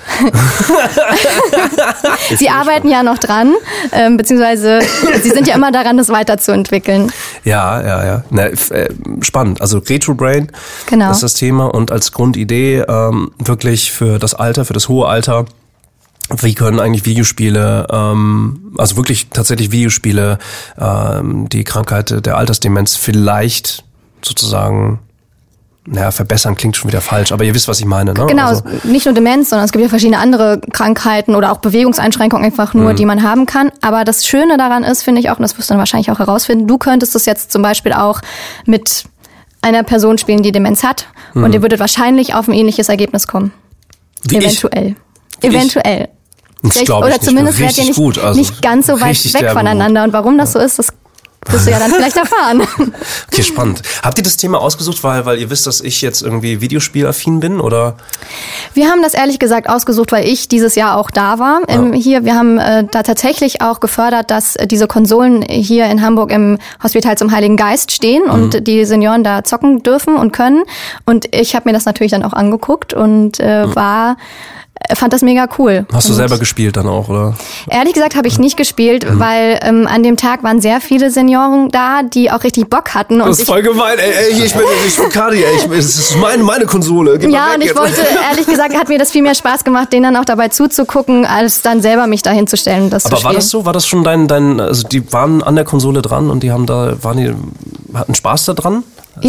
Sie arbeiten ja noch dran, ähm, beziehungsweise sie sind ja immer daran, das weiterzuentwickeln. Ja, ja, ja. Na, äh, spannend. Also RetroBrain genau. ist das Thema und als Grundidee ähm, wirklich für das Alter, für das hohe Alter, wie können eigentlich Videospiele, ähm, also wirklich tatsächlich Videospiele, ähm, die Krankheit der Altersdemenz vielleicht sozusagen, naja, verbessern klingt schon wieder falsch, aber ihr wisst, was ich meine, ne? Genau, also, nicht nur Demenz, sondern es gibt ja verschiedene andere Krankheiten oder auch Bewegungseinschränkungen einfach nur, mhm. die man haben kann. Aber das Schöne daran ist, finde ich auch, und das wirst du dann wahrscheinlich auch herausfinden, du könntest das jetzt zum Beispiel auch mit einer Person spielen, die Demenz hat mhm. und ihr würdet wahrscheinlich auf ein ähnliches Ergebnis kommen. Wie Eventuell. Ich? Eventuell. Das glaube ich oder nicht. Zumindest werdet ihr nicht, gut, also nicht ganz so weit weg voneinander. Und warum das so ist, das wirst du ja dann vielleicht erfahren. Okay, spannend. Habt ihr das Thema ausgesucht, weil, weil ihr wisst, dass ich jetzt irgendwie videospielaffin bin, oder? Wir haben das ehrlich gesagt ausgesucht, weil ich dieses Jahr auch da war. Ja. Ähm, hier, wir haben äh, da tatsächlich auch gefördert, dass äh, diese Konsolen hier in Hamburg im Hospital zum Heiligen Geist stehen mhm. und die Senioren da zocken dürfen und können. Und ich habe mir das natürlich dann auch angeguckt und äh, mhm. war... fand das mega cool. Hast du und selber gespielt dann auch, oder? Ehrlich gesagt habe ich nicht gespielt, mhm. weil ähm, an dem Tag waren sehr viele Senioren da, die auch richtig Bock hatten. Das ist voll gemein. Ey, ey, ich bin, ich bin Kadi, ey. Ich, es ist meine, meine Konsole. Gib ja, und ich jetzt. wollte, ehrlich gesagt, hat mir das viel mehr Spaß gemacht, denen dann auch dabei zuzugucken, als dann selber mich dahin zu stellen und das Aber zu war das so? War das schon dein, dein, also die waren an der Konsole dran und die haben da, waren die, hatten Spaß da dran? Ja.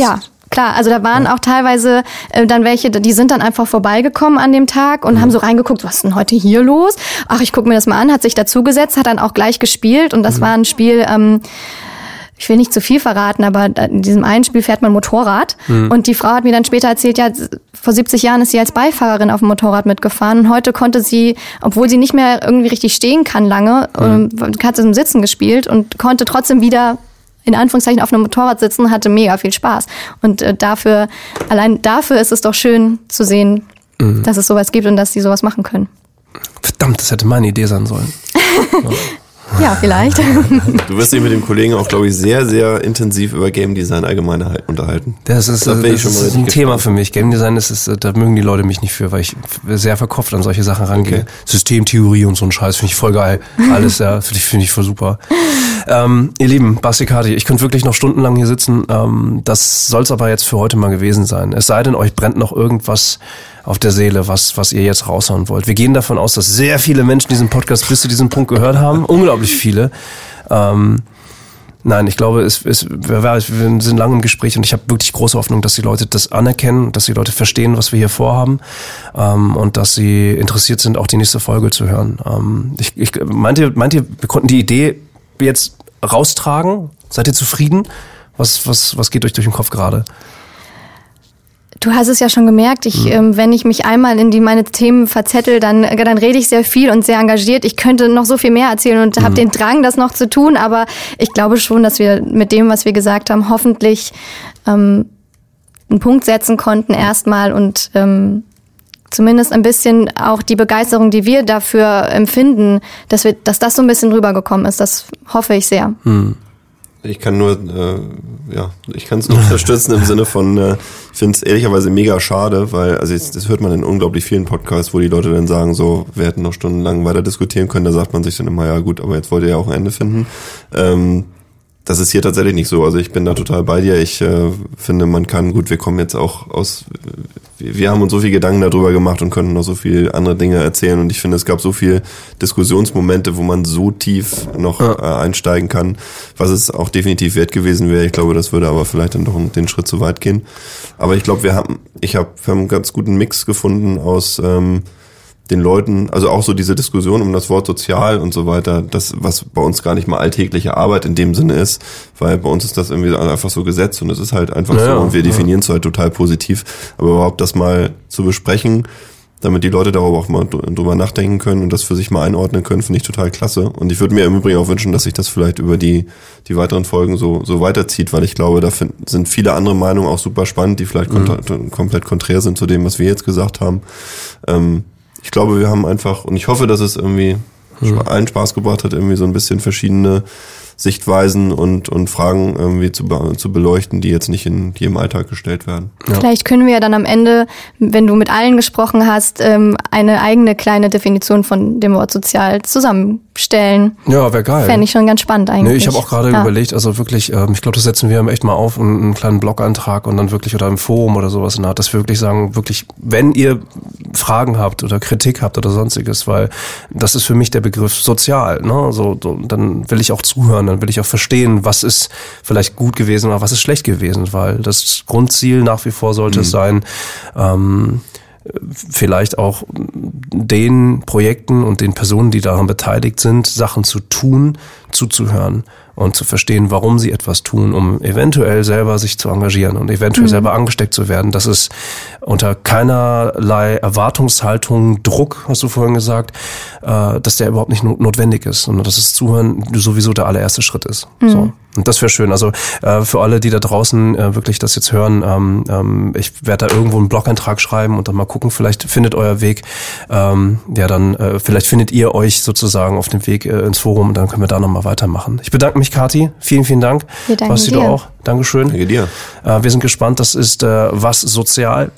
Klar, also da waren auch teilweise äh, dann welche, die sind dann einfach vorbeigekommen an dem Tag und mhm. haben so reingeguckt, was ist denn heute hier los? Ach, ich gucke mir das mal an, hat sich dazugesetzt, hat dann auch gleich gespielt und das mhm. war ein Spiel, ähm, ich will nicht zu viel verraten, aber in diesem einen Spiel fährt man Motorrad mhm. und die Frau hat mir dann später erzählt, ja, vor siebzig Jahren ist sie als Beifahrerin auf dem Motorrad mitgefahren und heute konnte sie, obwohl sie nicht mehr irgendwie richtig stehen kann lange, mhm. ähm, hat sie im Sitzen gespielt und konnte trotzdem wieder in Anführungszeichen auf einem Motorrad sitzen, hatte mega viel Spaß. Und äh, dafür, allein dafür ist es doch schön zu sehen, mhm. dass es sowas gibt und dass die sowas machen können. Verdammt, das hätte meine Idee sein sollen. Ja, vielleicht. Du wirst dich mit dem Kollegen auch, glaube ich, sehr, sehr intensiv über Game Design allgemein unterhalten. Das ist, das das ist ein Thema für mich. Game Design ist, ist, da mögen die Leute mich nicht für, weil ich sehr verkopft an solche Sachen rangehe. Okay. Systemtheorie und so ein Scheiß finde ich voll geil. Alles, ja, finde ich, finde ich voll super. ähm, ihr Lieben, Basti, Kathi, ich könnte wirklich noch stundenlang hier sitzen. Ähm, das soll es aber jetzt für heute mal gewesen sein. Es sei denn, euch brennt noch irgendwas auf der Seele, was was ihr jetzt raushauen wollt. Wir gehen davon aus, dass sehr viele Menschen diesen Podcast bis zu diesem Punkt gehört haben. Unglaublich viele. Ähm, nein, ich glaube, es, es, wir sind lange im Gespräch und ich habe wirklich große Hoffnung, dass die Leute das anerkennen, dass die Leute verstehen, was wir hier vorhaben ähm, und dass sie interessiert sind, auch die nächste Folge zu hören. Ähm, ich, ich, meint ihr, meint ihr, wir konnten die Idee jetzt raustragen? Seid ihr zufrieden? Was, was, was geht euch durch den Kopf gerade? Du hast es ja schon gemerkt, ich, mhm. ähm, wenn ich mich einmal in die meine Themen verzettel, dann, dann rede ich sehr viel und sehr engagiert. Ich könnte noch so viel mehr erzählen und mhm. habe den Drang, das noch zu tun, aber ich glaube schon, dass wir mit dem, was wir gesagt haben, hoffentlich ähm, einen Punkt setzen konnten erstmal und ähm, zumindest ein bisschen auch die Begeisterung, die wir dafür empfinden, dass wir, dass das so ein bisschen rübergekommen ist. Das hoffe ich sehr. Mhm. Ich kann nur, äh, ja, ich kann es nur unterstützen im Sinne von, äh, ich finde es ehrlicherweise mega schade, weil, also jetzt, das hört man in unglaublich vielen Podcasts, wo die Leute dann sagen, so, wir hätten noch stundenlang weiter diskutieren können, da sagt man sich dann immer, ja gut, aber jetzt wollt ihr ja auch ein Ende finden. Ähm, das ist hier tatsächlich nicht so, also ich bin da total bei dir, ich äh, finde, man kann, gut, wir kommen jetzt auch aus, wir haben uns so viel Gedanken darüber gemacht und können noch so viel andere Dinge erzählen und ich finde, es gab so viel Diskussionsmomente, wo man so tief noch ja. äh, einsteigen kann, was es auch definitiv wert gewesen wäre. Ich glaube, das würde aber vielleicht dann doch den Schritt zu weit gehen. Aber ich glaube, wir haben, ich habe, wir haben einen ganz guten Mix gefunden aus ähm, den Leuten, also auch so diese Diskussion um das Wort sozial und so weiter, das, was bei uns gar nicht mal alltägliche Arbeit in dem Sinne ist, weil bei uns ist das irgendwie einfach so gesetzt und es ist halt einfach ja, so und wir definieren es halt total positiv, aber überhaupt das mal zu besprechen, damit die Leute darüber auch mal drüber nachdenken können und das für sich mal einordnen können, finde ich total klasse und ich würde mir im Übrigen auch wünschen, dass sich das vielleicht über die die weiteren Folgen so so weiterzieht, weil ich glaube, da find, sind viele andere Meinungen auch super spannend, die vielleicht mhm. kont- komplett konträr sind zu dem, was wir jetzt gesagt haben. Ähm, Ich glaube, wir haben einfach, und ich hoffe, dass es irgendwie mhm. allen Spaß gebracht hat, irgendwie so ein bisschen verschiedene Sichtweisen und und Fragen irgendwie zu be- zu beleuchten, die jetzt nicht in jedem Alltag gestellt werden. Ja. Vielleicht können wir ja dann am Ende, wenn du mit allen gesprochen hast, eine eigene kleine Definition von dem Wort sozial zusammenstellen. Ja, wäre geil. Fände ich schon ganz spannend eigentlich. Nee, ich habe auch gerade ja. überlegt, also wirklich, ähm, ich glaube, das setzen wir echt mal auf, einen, einen kleinen Blog-Eintrag und dann wirklich oder im Forum oder sowas in der Art, dass wir wirklich sagen, wirklich, wenn ihr Fragen habt oder Kritik habt oder sonstiges, weil das ist für mich der Begriff sozial, ne? So, so dann will ich auch zuhören, dann will ich auch verstehen, was ist vielleicht gut gewesen oder was ist schlecht gewesen, weil das Grundziel nach wie vor sollte mhm. es sein, ähm, vielleicht auch den Projekten und den Personen, die daran beteiligt sind, Sachen zu tun, zuzuhören und zu verstehen, warum sie etwas tun, um eventuell selber sich zu engagieren und eventuell mhm. selber angesteckt zu werden. Das ist unter keinerlei Erwartungshaltung, Druck, hast du vorhin gesagt, äh, dass der überhaupt nicht notwendig ist, sondern dass das Zuhören sowieso der allererste Schritt ist. Mhm. So. Und das wäre schön. Also äh, für alle, die da draußen äh, wirklich das jetzt hören, ähm, ähm, ich werde da irgendwo einen Blog-Eintrag schreiben und dann mal gucken, vielleicht findet euer Weg, ähm, ja dann, äh, vielleicht findet ihr euch sozusagen auf dem Weg äh, ins Forum und dann können wir da nochmal weitermachen. Ich bedanke mich, Kathi. Vielen, vielen Dank. Wir danken Basti, dir. Du auch. Dankeschön. Danke dir. Äh, wir sind gespannt. Das ist äh, Was Sozial.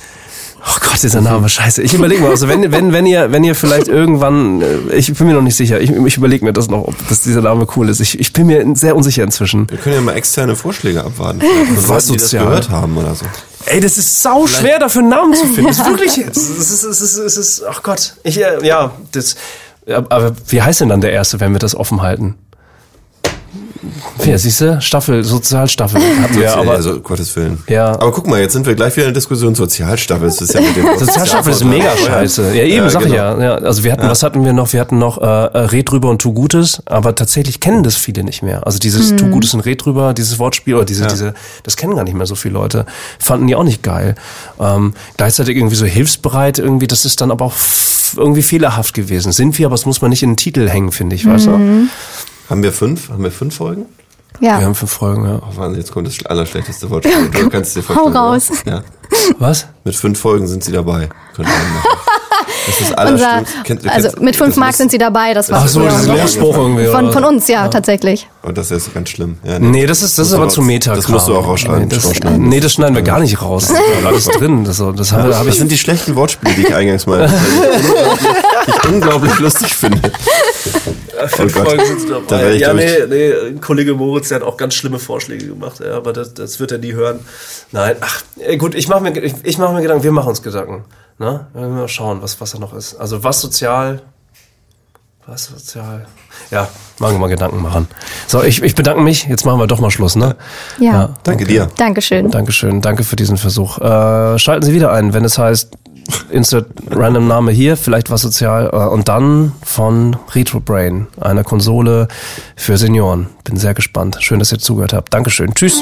Oh Gott, dieser Name, scheiße. Ich überlege mal, also wenn, wenn, wenn ihr, wenn ihr vielleicht irgendwann, ich bin mir noch nicht sicher, ich, ich überlege mir das noch, ob das dieser Name cool ist. Ich, ich bin mir sehr unsicher inzwischen. Wir können ja mal externe Vorschläge abwarten. Was die das gehört haben oder so. Ey, das ist sau vielleicht schwer, dafür einen Namen zu finden. Das ist wirklich jetzt. Das ist, das ist, das ist, ach Gott. Ich, ja, das, aber wie heißt denn dann der erste, wenn wir das offen halten? Ja, siehst du, Staffel, Sozialstaffel hatten wir, aber also Gottes Willen. Ja. Aber guck mal, jetzt sind wir gleich wieder in der Diskussion Sozialstaffel. Das ist ja mit dem Sozialstaffel ist mega scheiße. Ja, eben, ja, sag ich genau. ja. ja. Also wir hatten, ja. was hatten wir noch? Wir hatten noch äh, Red drüber und Tu Gutes, aber tatsächlich kennen das viele nicht mehr. Also dieses mhm. Tu Gutes und Red drüber, dieses Wortspiel oder diese, ja. diese, das kennen gar nicht mehr so viele Leute. Fanden die auch nicht geil. Ähm, gleichzeitig irgendwie so hilfsbereit, irgendwie, das ist dann aber auch f- irgendwie fehlerhaft gewesen. Sind wir, aber das muss man nicht in den Titel hängen, finde ich, mhm. weißt du? Haben wir fünf? Haben wir fünf Folgen? Ja. Wir haben fünf Folgen, ja. Oh Mann, jetzt kommt das allerschlechteste Wortspiel. Du kannst dir vorstellen. Hau raus. Ja. Was? Mit fünf Folgen sind sie dabei. Könnte man machen. Das ist das Unser, kennt, also kennt, mit fünf Mark sind sie dabei, das war Ach so, das ist Losspruch irgendwie. Von, von uns, ja, ja. tatsächlich. Und das ist ganz schlimm. Ja, nee. nee, das ist, das ist aber zu Meta. Das musst du auch rausschneiden. Nee, das, nee, das schneiden wir gar nicht raus. Das ist alles drin. Das, das, ja, hab, das hab ich sind die schlechten Wortspiele, die ich eingangs mal die ich unglaublich lustig finde. Fünf oh Folgen sind dabei. Da ja, nee, nee, Kollege Moritz, der hat auch ganz schlimme Vorschläge gemacht, ja, aber das, das wird er nie hören. Nein, ach, gut, ich mache mir, ich, ich mach mir Gedanken, wir machen uns Gedanken. Ne? Wir mal schauen, was, was da noch ist. Also was sozial, was sozial. Ja, machen wir mal Gedanken machen. So, ich, ich bedanke mich. Jetzt machen wir doch mal Schluss, ne? Ja. ja danke okay. dir. Dankeschön. Dankeschön. Danke für diesen Versuch. Äh, schalten Sie wieder ein, wenn es heißt, Insert random Name hier, vielleicht was sozial. Äh, und dann von Retrobrain, einer Konsole für Senioren. Bin sehr gespannt. Schön, dass ihr zugehört habt. Dankeschön. Tschüss.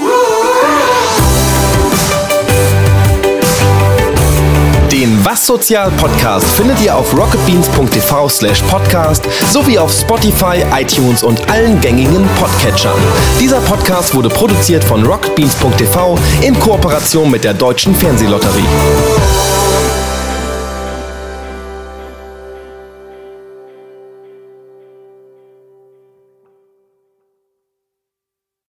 Den Was Sozial Podcast findet ihr auf rocketbeans.tv slash podcast sowie auf Spotify, iTunes und allen gängigen Podcatchern. Dieser Podcast wurde produziert von rocketbeans.tv in Kooperation mit der Deutschen Fernsehlotterie.